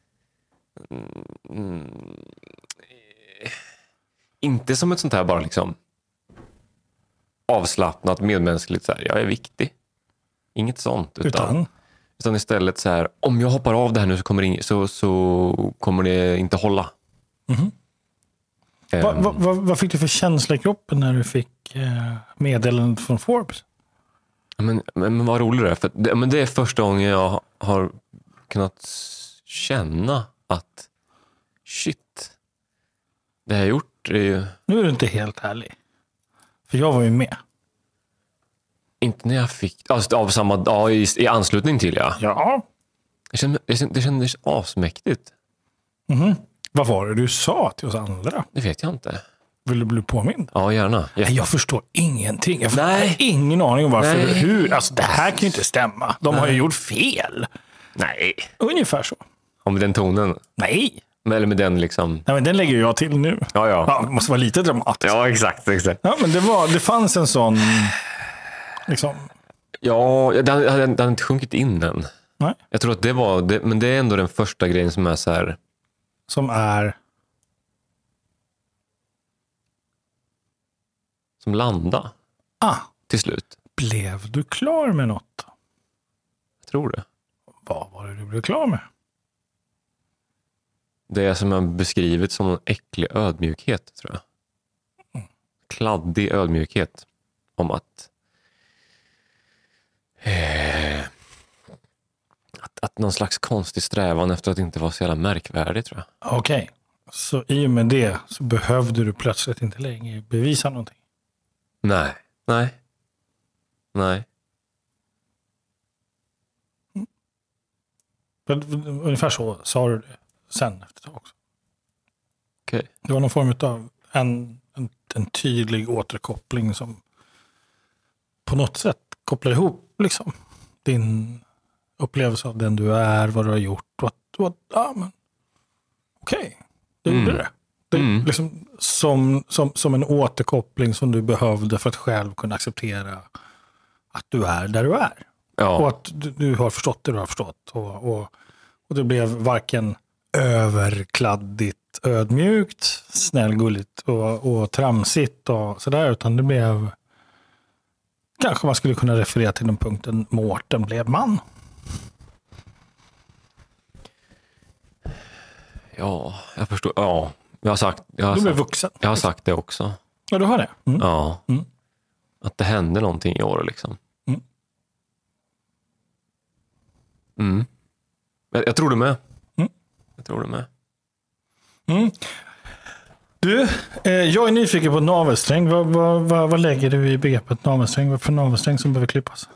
Inte som ett sånt här bara liksom avslappnat medmänskligt så här, jag är viktig. Inget sånt utan istället så här, om jag hoppar av det här nu så kommer det inte hålla. Vad fick du för känsla i kroppen när du fick meddelandet från Forbes? Men vad roligt det är, för det är första gången jag har kunnat känna att shit, det jag har gjort är ju... Nu är du inte helt ärlig. För jag var ju med. Inte när jag fick... Alltså, av samma dag i anslutning till, ja. Ja. Det kändes asmäktigt. Vad var det du sa till oss andra? Det vet jag inte. Vill du bli påmind? Ja, gärna. Jag förstår ingenting. Jag har ingen aning om varför. Hur. Alltså, det här kan ju inte stämma. De har ju gjort fel. Nej. Ungefär så. Om den tonen? Nej. Eller med den liksom... Nej, men den lägger jag till nu. Ja. Det måste vara lite dramatiskt. Ja, exakt. Ja, men det fanns en sån... Liksom... Ja, den hade inte sjunkit in än. Nej. Jag tror att det var... men det är ändå den första grejen som är så här... Som är... Som landa. Till slut. Blev du klar med något? Jag tror det. Vad var det du blev klar med? Det är som jag beskrivit som en äcklig ödmjukhet, tror jag. Kladdig ödmjukhet. Om att någon slags konstig strävan efter att inte vara så jävla märkvärdig, tror jag. Okej. Så i och med det så behövde du plötsligt inte längre bevisa någonting? Nej. Ungefär så sa du det sen efter ett tag också. Okej. Det var någon form av en tydlig återkoppling som på något sätt kopplar ihop liksom din upplevelse av den du är, vad du har gjort. Okej, det gjorde det. Liksom, som en återkoppling som du behövde för att själv kunna acceptera att du är där du är. Ja. Och att du har förstått det du har förstått. Och det blev varken överkladdigt, ödmjukt, snällgulligt och tramsigt och sådär, utan det blev, kanske man skulle kunna referera till den punkten, Mårten blev man. Ja, jag förstår. Ja, Du blev vuxen. Jag har sagt det också. Ja, du har det? Mm. Ja. Mm. Att det hände någonting i år liksom. Mm. Mm. Jag tror det med. Mm. Jag tror det med. Mm. Du, jag är nyfiken på navelsträng. Vad lägger du i begreppet navelsträng? Vad för navelsträng som behöver klippas?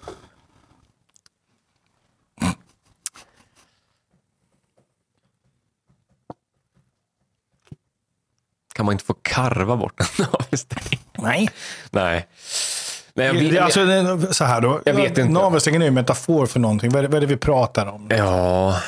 Kan man inte få karva bort en navelsträng? Nej. Nej. Så här då. Jag vet inte. Navelsträngen är ju en metafor för någonting. Vad är det vi pratar om? Ja.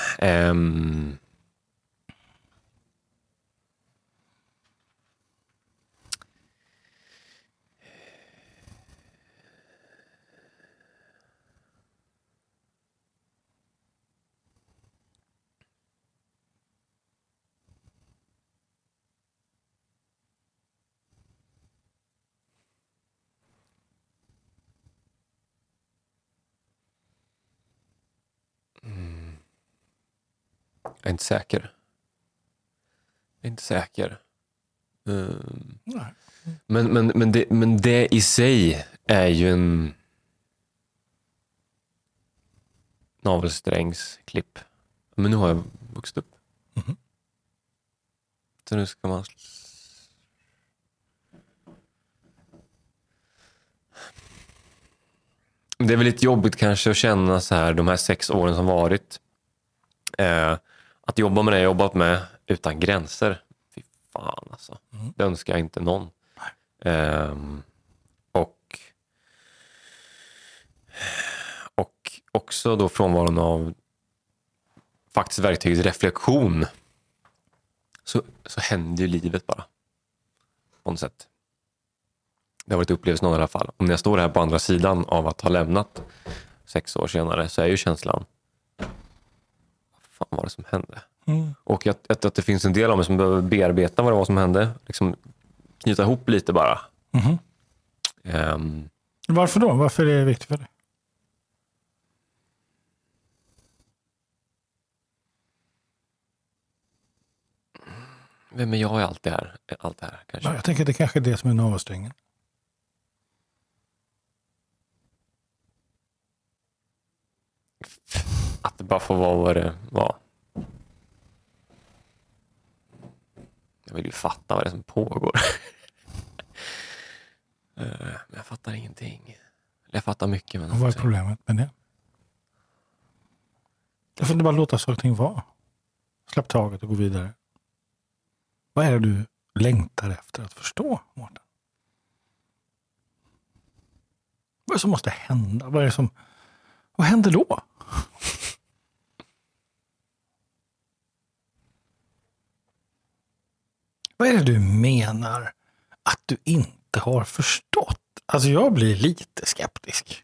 Jag är inte säker. Nej. Men det i sig är ju en navelsträngsklipp. Men nu har jag vuxit upp. Mhm. Så nu ska man... Det är väl lite jobbigt kanske att känna så här de här 6 åren som varit. Att jobba med det jag jobbat med utan gränser. Fy fan alltså. Mm. Det önskar jag inte någon. Och också då frånvaron av faktiskt verktygets reflektion. Så händer ju livet bara. På något sätt. Det har varit upplevelsen i alla fall. Om jag står här på andra sidan av att ha lämnat 6 år senare, så är ju känslan, vad fan var det som hände? Mm. Och att det finns en del av mig som behöver bearbeta vad det var som hände. Liksom knyta ihop lite bara. Mhm. Varför då? Varför är det viktigt för dig? Vem är jag i allt det här kanske? Ja, jag tänker att det kanske är det som är navelsträngen. Att det bara får vara vad det var. Jag vill ju fatta vad det är som pågår. Men jag fattar ingenting. Jag fattar mycket. Men Och vad är problemet med det? Jag får inte bara låta saker och ting vara. Släpp taget och gå vidare. Vad är det du längtar efter att förstå, Mårten? Vad är det som måste hända? Vad händer då? Vad är det du menar att du inte har förstått? Alltså jag blir lite skeptisk.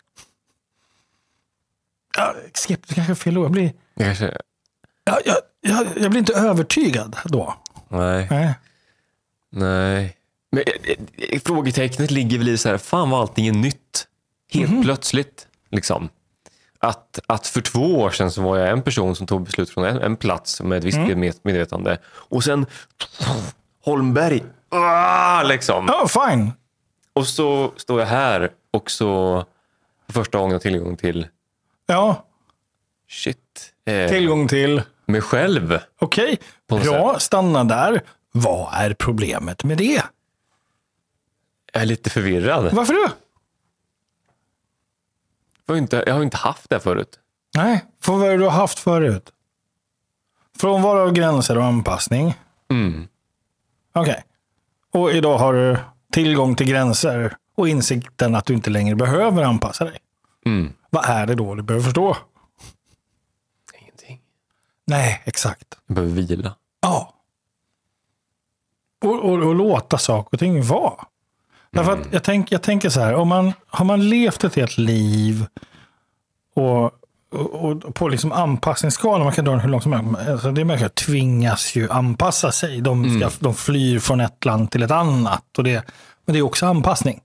Ja, skeptisk kanske är fel ord. Jag blir inte övertygad då. Nej. Men frågetecknet ligger väl i så här, fan vad allting är nytt. Helt plötsligt, liksom. Att för 2 år sedan så var jag en person som tog beslut från en plats med ett visst medvetande. Och sen Holmberg. Liksom. Ja, fine. Och så står jag här och så för första gången har tillgång till tillgång till mig själv. Okej, bra, stanna där. Vad är problemet med det? Jag är lite förvirrad. Varför då? Jag har inte haft det förut. Nej, vad är det du har haft förut? Frånvaro av gränser och anpassning. Okej. Och idag har du tillgång till gränser och insikten att du inte längre behöver anpassa dig. Vad är det då du behöver förstå? Ingenting. Nej, exakt. Jag behöver vila. Ja. Och låta saker och ting vara. Därför att jag tänker så här, har man levt ett helt liv och på liksom anpassningsskalan, man kan dra den hur långt som helst. Alltså det är märkligt, tvingas ju anpassa sig. De flyr från ett land till ett annat. Men det är också anpassning.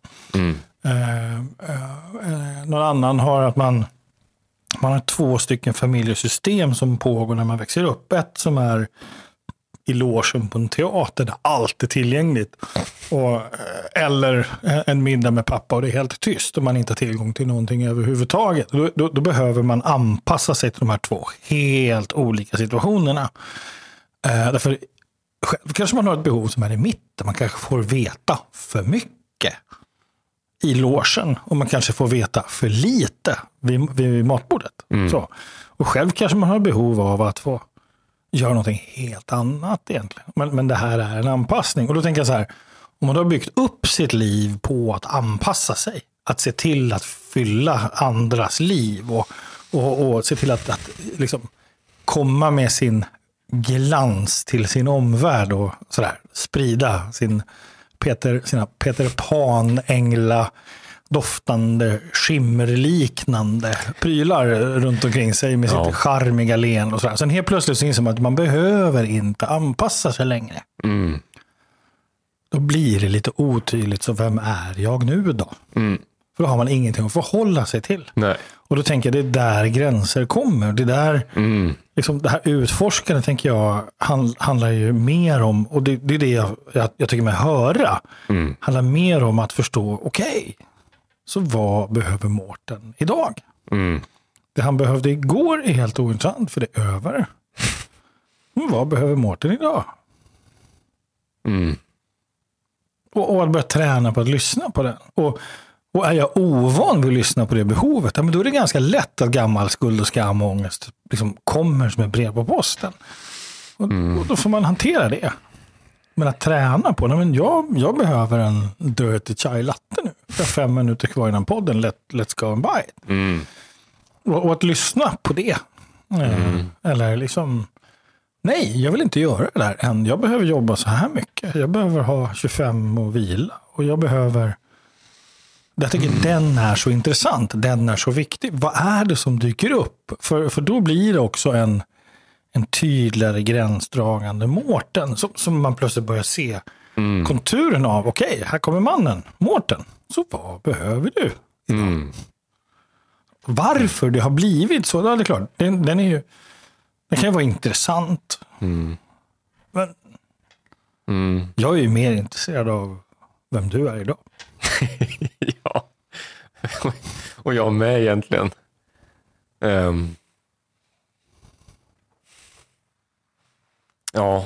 Någon annan har att man har 2 stycken familjesystem som pågår när man växer upp. Ett som är i logen på en teater där allt är tillgängligt. Eller en middag med pappa och det är helt tyst och man inte har tillgång till någonting överhuvudtaget. Då behöver man anpassa sig till de här 2 helt olika situationerna. Därför kanske man har ett behov som är i mitten. Man kanske får veta för mycket i logen och man kanske får veta för lite vid matbordet. Så. Och själv kanske man har behov av att få göra någonting helt annat egentligen. Men det här är en anpassning. Och då tänker jag så här, om man har byggt upp sitt liv på att anpassa sig, att se till att fylla andras liv och se till att liksom komma med sin glans till sin omvärld och sådär, sprida sina Peter Pan-ängla doftande, skimmerliknande prylar runt omkring sig med sitt charmiga len och sådär. Sen helt plötsligt så inser man att man behöver inte anpassa sig längre. Då blir det lite otydligt, så vem är jag nu då? För då har man ingenting att förhålla sig till. Nej. Och då tänker jag, det är där gränser kommer. Det där, liksom, det här utforskande tänker jag handlar ju mer om, och det är det jag tycker mig höra, handlar mer om att förstå, okej, så vad behöver Mårten idag? Det han behövde igår är helt ointressant, för det är över. Men vad behöver Mårten idag? Och att börja träna på att lyssna på den. Och är jag ovan vid att lyssna på det behovet, ja, men då är det ganska lätt att gammal skuld och skam och ångest liksom kommer som ett brev på posten. Och då får man hantera det. Men att träna på, men jag behöver en dirty chai latte nu. Jag har 5 minuter kvar innan podden, let's go and buy it. Och att lyssna på det. Eller liksom, nej, jag vill inte göra det där än. Jag behöver jobba så här mycket. Jag behöver ha 25 och vila. Och jag behöver... Jag tycker den är så intressant. Den är så viktig. Vad är det som dyker upp? För då blir det också en tydligare gränsdragande Mårten. Som man plötsligt börjar se konturen av. Okej, här kommer mannen. Mårten. Så vad behöver du idag? Varför det har blivit så, det är klart. Den är ju... Det kan ju vara intressant. Men jag är ju mer intresserad av vem du är idag. Ja. Och jag med egentligen. Ja.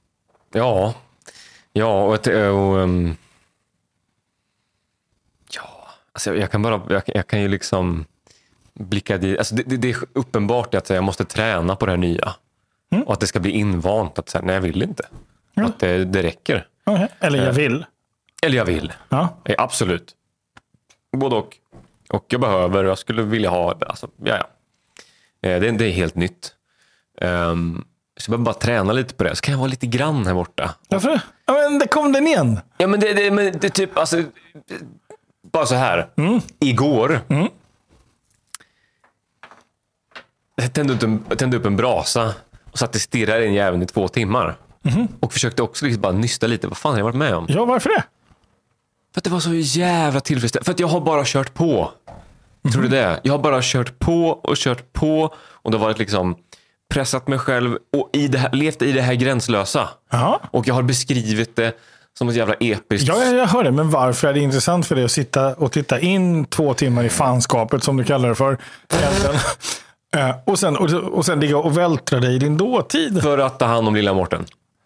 Alltså jag kan ju liksom blicka dit. Alltså det är uppenbart att jag måste träna på det här nya. Och att det ska bli invant att säga, nej, jag vill inte. Att det räcker. Okay. Eller jag vill. Ja. Absolut. Både och. Och jag skulle vilja ha, alltså, det är helt nytt. Så jag behöver bara träna lite på det. Så kan jag vara lite grann här borta. Varför det? Ja, men det kom den igen. Ja, men det är typ, alltså, bara så här. Igår. Jag tände upp en brasa och satt och stirrade in jäveln i 2 timmar. Och försökte också liksom bara nysta lite. Vad fan har jag varit med om? Ja, varför det? För att det var så jävla tillfredsställande. För att jag har bara kört på. Tror du det? Jag har bara kört på. Och det har varit liksom pressat mig själv. Och levt i det här gränslösa. Aha. Och jag har beskrivit det som ett jävla episkt... Ja, jag hör det. Men varför är det intressant för dig att sitta och titta in 2 timmar i fanskapet, som du kallar det för? Och sen ligga och vältra dig i din dåtid. För att ta hand om lilla Mårten.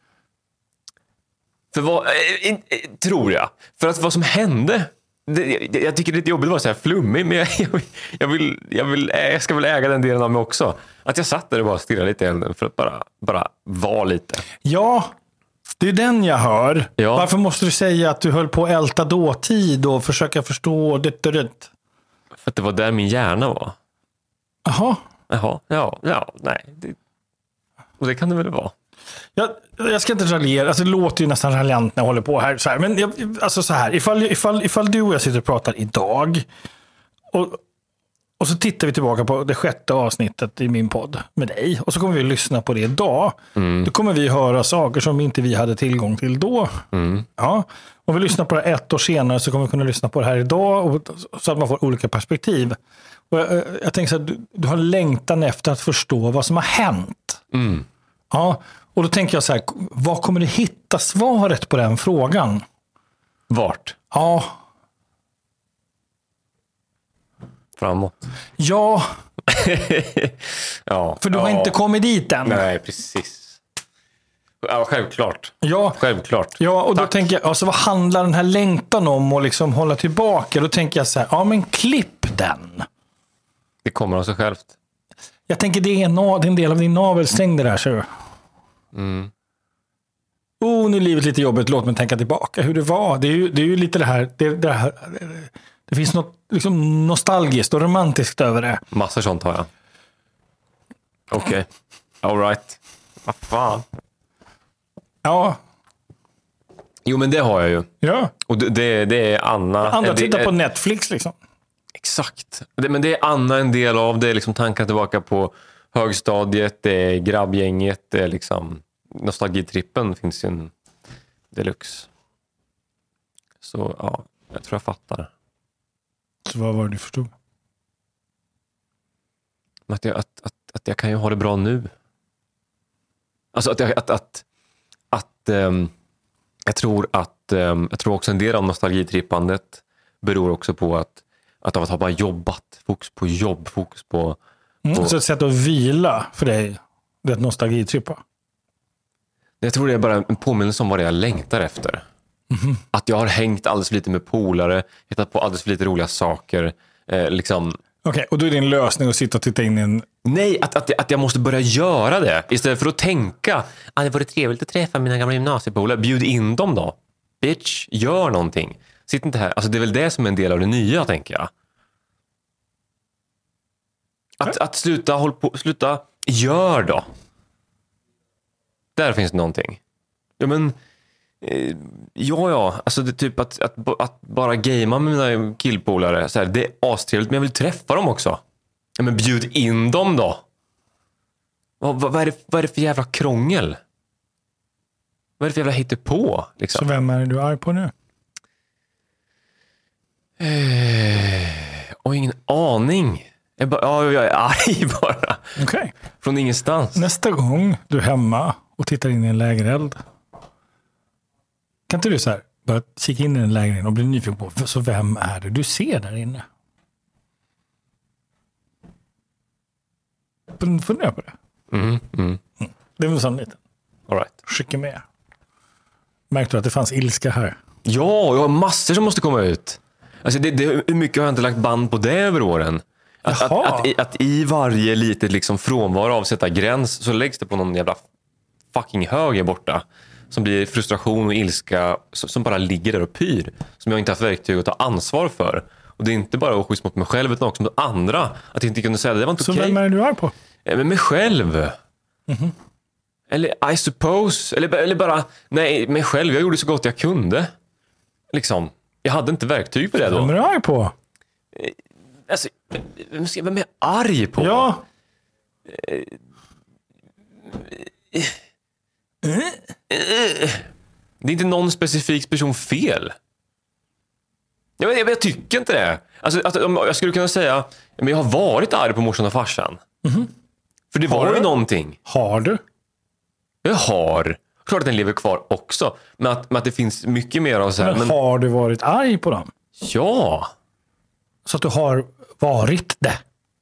För vad tror jag? För att vad som hände, jag tycker det är lite jobbigt att vara så här flummig, men jag ska väl äga den delen av mig också. Att jag satt där och bara stirrade lite i elden för att bara vara lite. Ja, det är den jag hör. Ja. Varför måste du säga att du höll på att älta dåtid och försöka förstå det? För att det var där min hjärna var. Jaha, ja, nej. Och det kan det väl vara. Jag ska inte raljera, alltså det låter ju nästan raljant när jag håller på här. Så här. Men alltså så här, ifall du och jag sitter och pratar idag och så tittar vi tillbaka på det 6:e avsnittet i min podd med dig och så kommer vi att lyssna på det idag. Då kommer vi höra saker som inte vi hade tillgång till då. Ja. Om vi lyssnar på det 1 år senare så kommer vi kunna lyssna på det här idag så att man får olika perspektiv. Och jag tänker så här, du har längtan efter att förstå vad som har hänt. Ja, och då tänker jag så här, var kommer du hitta svaret på den frågan? Vart? Ja. Framåt. Ja. Ja. För du har inte kommit dit än. Nej, precis. Ja, självklart. Ja. Självklart. Ja, och då Tack. tänker jag, alltså vad handlar den här längtan om och liksom hålla tillbaka? Då tänker jag så här, ja men klipp den. Det kommer av sig självt. Jag tänker det är en del av din navelsträng det där, så. Nu är livet lite jobbigt, låt mig tänka tillbaka hur det var. Det är ju lite det här, det finns något liksom nostalgiskt och romantiskt över det. Massor sånt har jag. Okej. All right. Vad fan. Ja. Jo, men det har jag ju. Ja. Och det är Anna. Andra det tittar är, på Netflix liksom. Exakt. Men det är Anna en del av. Det är liksom tankar tillbaka på högstadiet. Det är grabbgänget. Det är liksom nostalgitrippen finns ju en deluxe. Så ja, jag tror jag fattar. Så vad var det du förstod? Att jag kan ju ha det bra nu. Alltså jag tror också en del av nostalgitrippandet beror också på att ha bara jobbat. Fokus på jobb, fokus på... Så ett sätt att vila för dig, det är ett nostalgitrippa. Jag tror det är bara en påminnelse om vad det är jag längtar efter. Att jag har hängt alldeles för lite med polare, hittat på alldeles för lite roliga saker. Liksom... Okej, och då är din lösning att sitta och titta in i en... Nej, att jag måste börja göra det. Istället för att tänka, det vore trevligt att träffa mina gamla gymnasiepolare. Bjud in dem då. Bitch, gör någonting. Sitt inte här. Alltså det är väl det som är en del av det nya, tänker jag. Att sluta, gör då. Där finns det någonting. Ja, men... alltså det är typ att bara gamea med mina killpolare så här, det är astrevligt, men jag vill träffa dem också. Ja, men bjud in dem då. Vad är det för jävla krångel? Vad är det för jävla hittepå liksom? Så vem är det du är arg på nu? Ingen aning. Jag är arg bara. Okej. Från ingenstans. Nästa gång du är hemma och tittar in i en lägereld, kan inte du så här bara kika in i en lägenhet och bli nyfiken på så vem är det du ser där inne? Fundera på det. Det är väl sån liten. All right. Skicka med. Märkte du att det fanns ilska här? Ja, jag har massor som måste komma ut. Alltså hur mycket har jag inte lagt band på det över åren? Att i varje litet liksom frånvaro av sätta gräns så läggs det på någon jävla fucking hög borta. Som blir frustration och ilska som bara ligger där och pyr. Som jag inte haft verktyg att ta ansvar för. Och det är inte bara oschysst mot mig själv utan också mot andra. Att jag inte kunde säga det var inte okej. Så vem är det du är på? Men mig själv. Eller I suppose. Eller bara, nej, mig själv. Jag gjorde så gott jag kunde. Liksom. Jag hade inte verktyg för det då. Vem är du arg på? Alltså, vem är jag arg på? Ja. Det är inte någon specifik person fel. Jag tycker inte det. Alltså, jag skulle kunna säga men jag har varit arg på morsan och farsan. För det var ju någonting. Har du? Jag har. Klart att den lever kvar också. Men att det finns mycket mer av så här. Men har du varit arg på dem? Ja. Så att du har varit det?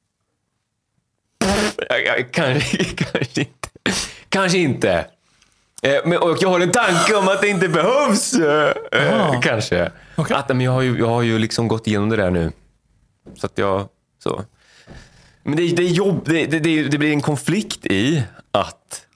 Kanske inte. Och jag har en tanke om att det inte behövs. Kanske. Okay. Men jag har ju liksom gått igenom det där nu. Så att så. Men det är jobb. Det blir en konflikt i att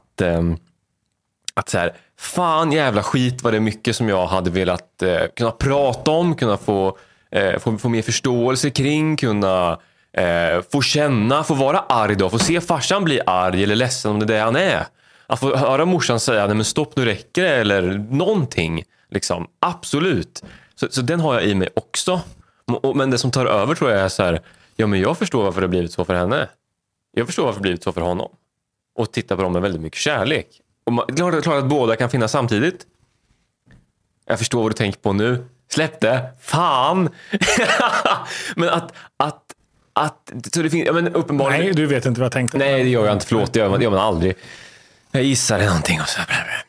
så här, fan jävla skit vad det är mycket som jag hade velat kunna prata om, kunna få mer förståelse kring, kunna få känna, få vara arg då, få se farsan bli arg eller ledsen om det är det han är. Att få höra morsan säga, nej men stopp, nu räcker det, eller någonting. Liksom. Absolut. Så den har jag i mig också. Men det som tar över tror jag är så här, ja men jag förstår varför det har blivit så för henne. Jag förstår varför det har blivit så för honom. Och titta på dem med väldigt mycket kärlek. Och klart att båda kan finnas samtidigt. Jag förstår vad du tänker på nu. Släpp det. Fan. Men att så det finns, ja, men uppenbarligen. Nej, du vet inte vad jag tänkte. Nej, det gör jag inte. Förlåt, det gör man aldrig. Jag gissar någonting och så.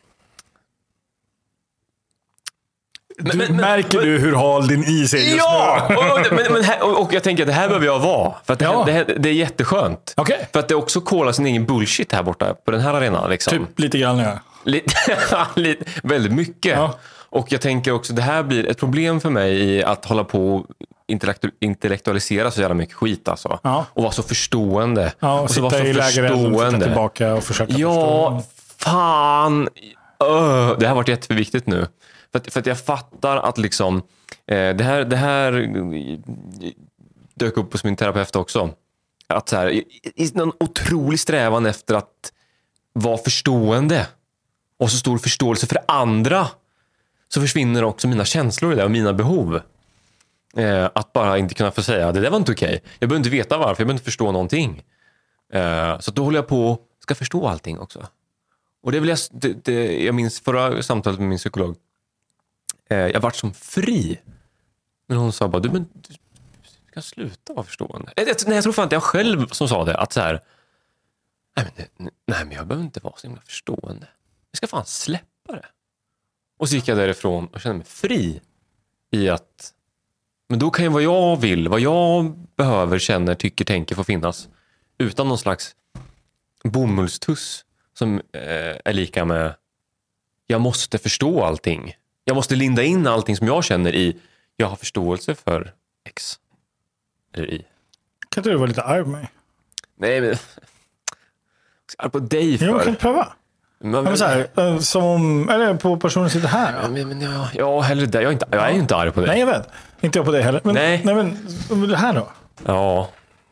Märker du hur hal din is är just nu? Ja! Och jag tänker att det här behöver jag vara. För att det är jätteskönt. Okay. För att det också kolar sin egen bullshit här borta på den här arenan. Liksom. Typ lite grann, ja. Väldigt mycket. Ja. Och jag tänker också, det här blir ett problem för mig i att hålla på och intellektualisera så jävla mycket skit alltså. Ja. Och vara så förstående. Ja, och sitta i lägerelden och titta tillbaka och försöka förstå. Fan. Det här har varit jätteviktigt nu. För att jag fattar att liksom det här dök upp hos min terapeut också. Att så här, i någon otrolig strävan efter att vara förstående och så stor förståelse för andra, så försvinner också mina känslor i det och mina behov. Att bara inte kunna få säga, det där var inte okej. Jag behöver inte veta varför, jag behöver inte förstå någonting. Så då håller jag på och ska förstå allting också. Och det vill jag minns förra samtalet med min psykolog. Jag varit som fri. Men hon sa bara, du ska sluta vara förstående. Nej, jag tror fan att jag själv som sa det. Att så här, nej men jag behöver inte vara så himla förstående. Jag ska fan släppa det. Och så gick jag därifrån och kände mig fri. I att, men då kan ju vad jag vill, vad jag behöver, känner, tycker, tänker få finnas. Utan någon slags bomullstuss som är lika med, jag måste förstå allting. Jag måste linda in allting som jag känner i, jag har förståelse för X. Eller Y. Kan inte du vara lite arg på mig? Nej, men jag är arg på dig för. Jag kan pröva. Men så här, som, eller på personen som sitter här. Ja, hellre det. Jag är ju inte arg på dig. Nej, jag vet. Inte jag på dig heller. Men, nej, men det här då? Ja.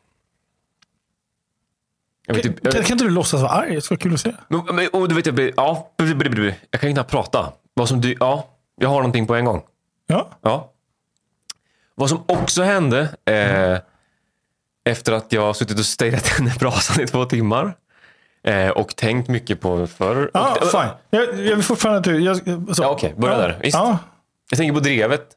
Kan inte du låtsas vara arg? Det skulle vara kul att se. Men du vet, jag kan inte prata. Vad som du, jag har någonting på en gång. Ja. Vad som också hände efter att jag har suttit och stejat henne i brasan i 2 timmar och tänkt mycket på förr. Ja, fine. Jag vill fortfarande att du... Ja, okej. Börja där. Visst. Ja. Jag tänker på drevet.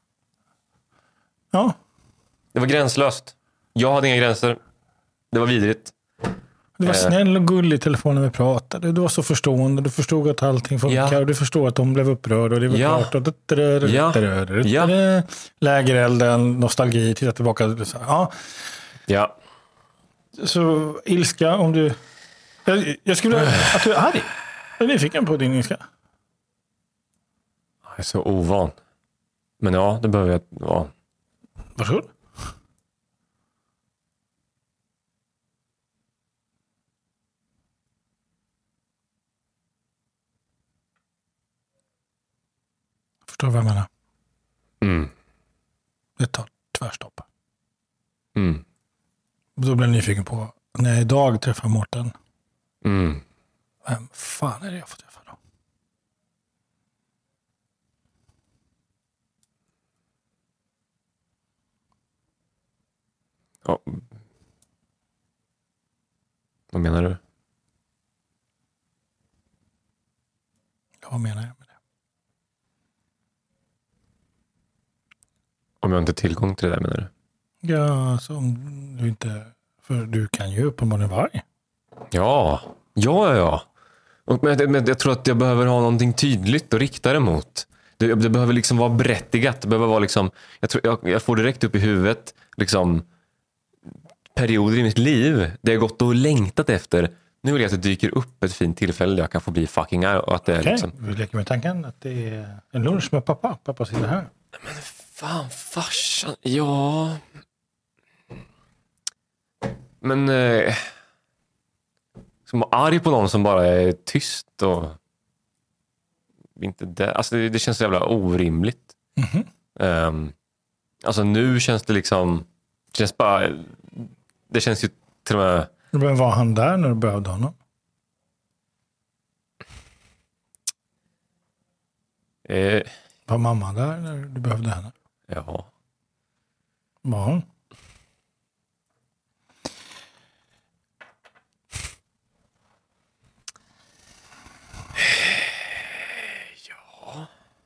Ja. Det var gränslöst. Jag hade inga gränser. Det var vidrigt. Du var snäll och gullig i telefonen vi pratade. Du var så förstående. Du förstod att allting funkar. Och du förstod att de blev upprörda. Och det var klart. Och lägerelden, nostalgi, titta tillbaka. Ja. Så ilska, om du... Jag skulle vilja att du är arg. Jag är nyfiken på din ilska. Jag är så ovan. Men ja, det behöver jag vara. Varsågod. Förstår vad jag menar? Det tar tvärstopp. Då blir jag nyfiken på, när jag idag träffar Mårten. Vem fan är det jag får träffa då? Ja. Vad menar du? Vad menar jag med det? Om jag inte har tillgång till det där, menar du? Ja, alltså om du inte... För du kan ju uppenbarligen vara arg. Ja. Men jag tror att jag behöver ha någonting tydligt att rikta det mot. Det behöver liksom vara berättigat. Det behöver vara liksom... Jag får direkt upp i huvudet liksom perioder i mitt liv där jag gått och längtat efter. Nu vill jag att det dyker upp ett fint tillfälle där jag kan få bli fucking arg. Okej, liksom... vi leker med tanken att det är en lunch med pappa. Pappa sitter här. Men fan, farsan. Ja... Men som vara arg på någon som bara är tyst och inte där. Alltså det känns så jävla orimligt. Alltså nu känns det liksom, det känns ju till och med... Men var han där när du behövde honom? Var mamma där när du behövde henne? Ja. Var hon? Ja.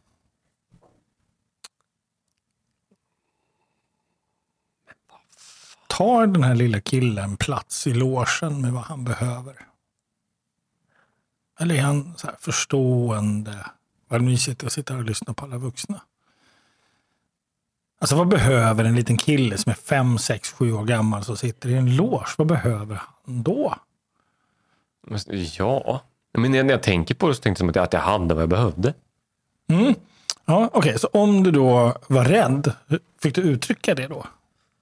Tar den här lilla killen plats i logen med vad han behöver? Eller är han så här förstående? Vad mysigt att sitta och lyssna på alla vuxna. Alltså vad behöver en liten kille som är 5, 6, 7 år gammal som sitter i en loge? Vad behöver han då? Ja. Men när jag tänker på det så tänkte jag som att jag hade vad jag behövde. Mm. Ja, okej. Så om du då var rädd, fick du uttrycka det då?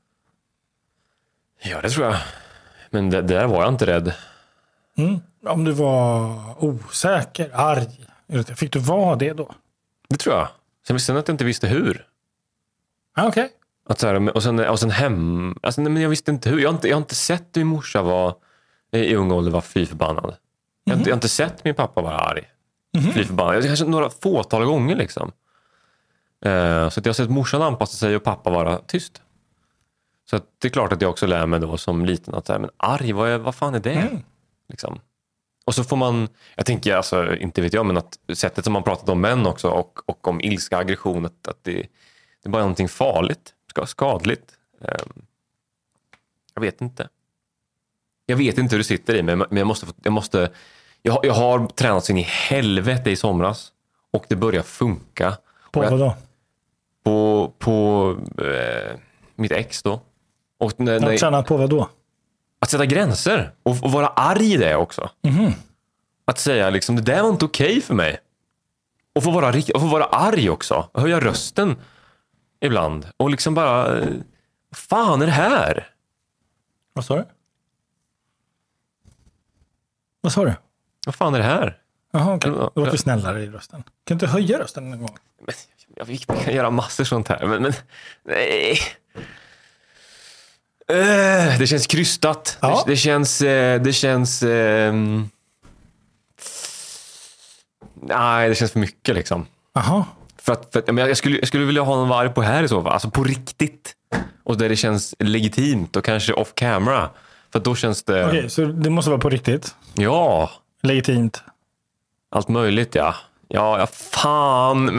Ja, det tror jag. Men där var jag inte rädd. Mm. Om du var osäker, arg, fick du vara det då? Det tror jag. Sen att jag inte visste hur. Okej. Att så här, och sen hem... Alltså, men jag visste inte hur. Jag har inte sett min morsa var i ung ålder var fly förbannad. Jag har inte sett min pappa vara arg. Fly förbannad. Kanske några fåtal gånger liksom. Så att jag har sett morsan anpassa sig och pappa vara tyst. Så att det är klart att jag också lär mig då som liten att säga, men arg, vad fan är det? Liksom. Och så får man, jag tänker alltså, inte vet jag, men att sättet som man pratat om män också och om ilska, aggression, att det är bara någonting farligt, skadligt. Jag vet inte. Jag vet inte hur det sitter i mig, men jag har tränat in i helvete i somras och det börjar funka. På vad då? På mitt ex då. Och Jag har tränat på vad då? Att sätta gränser och vara arg i det också. Att säga liksom, det där var inte okej för mig. Och få vara arg också. Och höja rösten ibland. Och liksom bara, vad fan är det här? Vad sa du? Vad sa du? Vad fan är det här? Jaha, okej. Då var du snällare i rösten. Kan du inte höja rösten en gång? Jag kan göra massor sånt här. Men nej. Det känns krystat. Ja. Det känns nej, det känns för mycket liksom. Jaha. För att jag skulle vilja ha någon varg på här i så fall. Alltså på riktigt. Och där det känns legitimt och kanske off camera. För då känns det... Okej, så det måste vara på riktigt? Ja. Legitimt? Allt möjligt, ja. Ja, fan.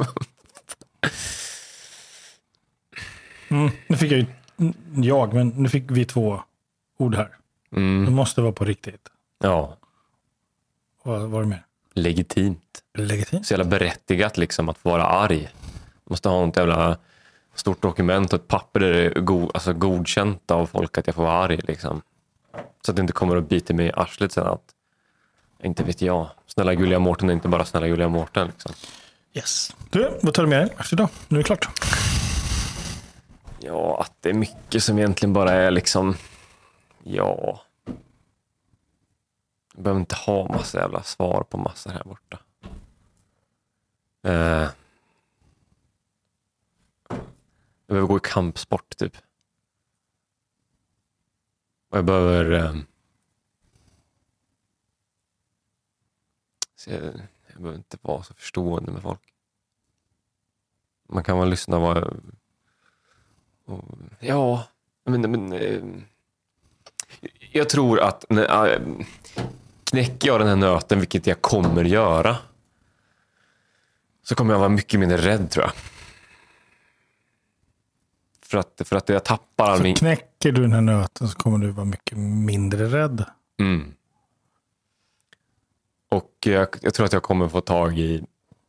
Nu fick men nu fick vi 2 ord här. Det måste vara på riktigt. Ja. Vad var det mer? Legitimt. Legitimt? Så jävla berättigat liksom att vara arg. Måste ha något jävla stort dokument och ett papper där det är godkänt av folk att jag får vara arg liksom. Så att det inte kommer att bita mig i arslet sen att inte vet jag. Snälla Gulliga Mårten är inte bara snälla Gulliga Mårten liksom. Yes. Du, vad tar du med dig efter idag? Nu är det klart. Ja, att det är mycket som egentligen bara är liksom, ja. Jag behöver inte ha massa jävla svar på massor här borta. Jag behöver gå i kampsport typ. Och jag behöver jag behöver inte vara så förstående med folk. Man kan väl lyssna ja, men jag tror att knäcker jag den här nöten, vilket jag kommer göra, så kommer jag vara mycket mindre rädd, tror jag. För att jag tappar all min... Knäcker du den här nöten så kommer du vara mycket mindre rädd. Och jag tror att jag kommer få tag i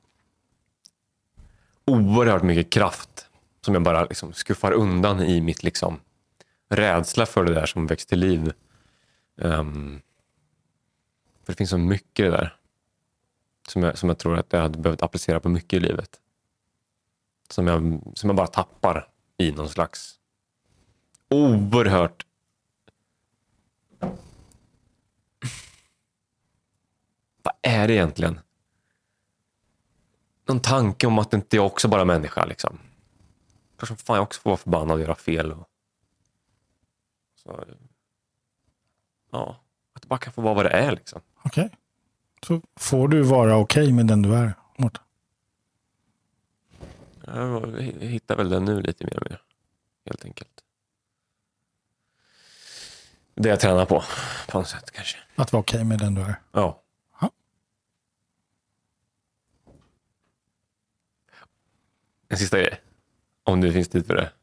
oerhört mycket kraft som jag bara liksom skuffar undan i mitt liksom rädsla för det där som växer till liv. För det finns så mycket i det där som jag tror att jag hade behövt applicera på mycket i livet. Som jag bara tappar i någon slags oerhört vad är det egentligen? Någon tanke om att inte jag också bara är människa liksom. Kanske fan jag också får vara förbannad och göra fel. Så, ja, att det bara kan få vara vad det är liksom. Okej. Så får du vara okej med den du är, Mårten? jag hittar väl den nu lite mer och mer. Helt enkelt. Det jag tränar på något sätt kanske. Att vara okej med den du är. Ja. Ja. En sista grej. Om det finns tid för det.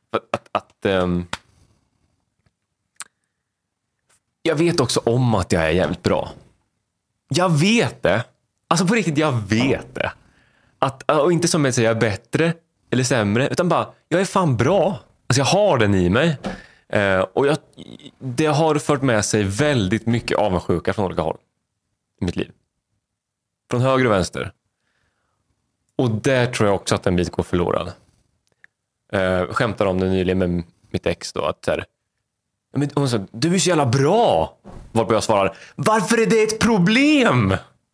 Jag vet också om att jag är jävligt bra. Jag vet det. Alltså på riktigt, jag vet det. Och inte som att säga jag är bättre eller sämre. Utan bara, jag är fan bra. Alltså jag har den i mig. Och det har fört med sig väldigt mycket avundsjuka från olika håll. I mitt liv. Från höger och vänster. Och där tror jag också att en bit går förlorad. Skämtar om det nyligen med mitt ex då. Att så här, men hon sa, du är så jävla bra. Varpå jag svarar, varför är det ett problem?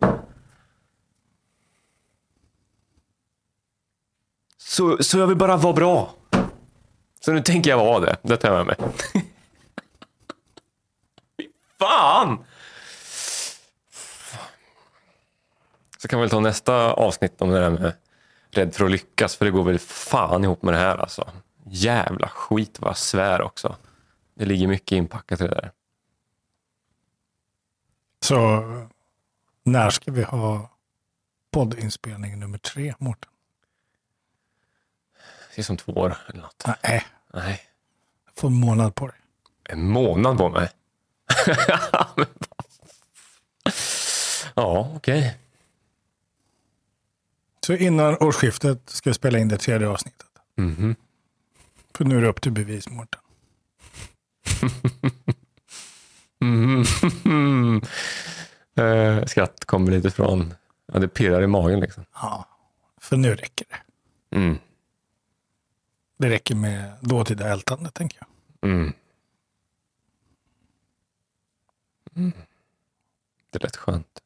Så jag vill bara vara bra. Så nu tänker jag vara det. Det tar jag med mig. Fan! Så kan vi väl ta nästa avsnitt om det där med rädd för att lyckas. För det går väl fan ihop med det här alltså. Jävla skit vad jag svär också. Det ligger mycket inpackat i det där. Så när ska vi ha poddinspelning nummer 3, Mårten? Det är som 2 år eller något. Nej. Nej. Jag får en månad på dig. En månad på mig? Ja, okej. Så innan årsskiftet ska vi spela in det 3:e avsnittet. Mhm. För nu är det upp till bevis, Mårten. Skratt kommer lite från... Ja, det pirrar i magen liksom. Ja, för nu räcker det. Mm. Det räcker med dåtida ältande, tänker jag. Mm. Mm. Det är rätt skönt.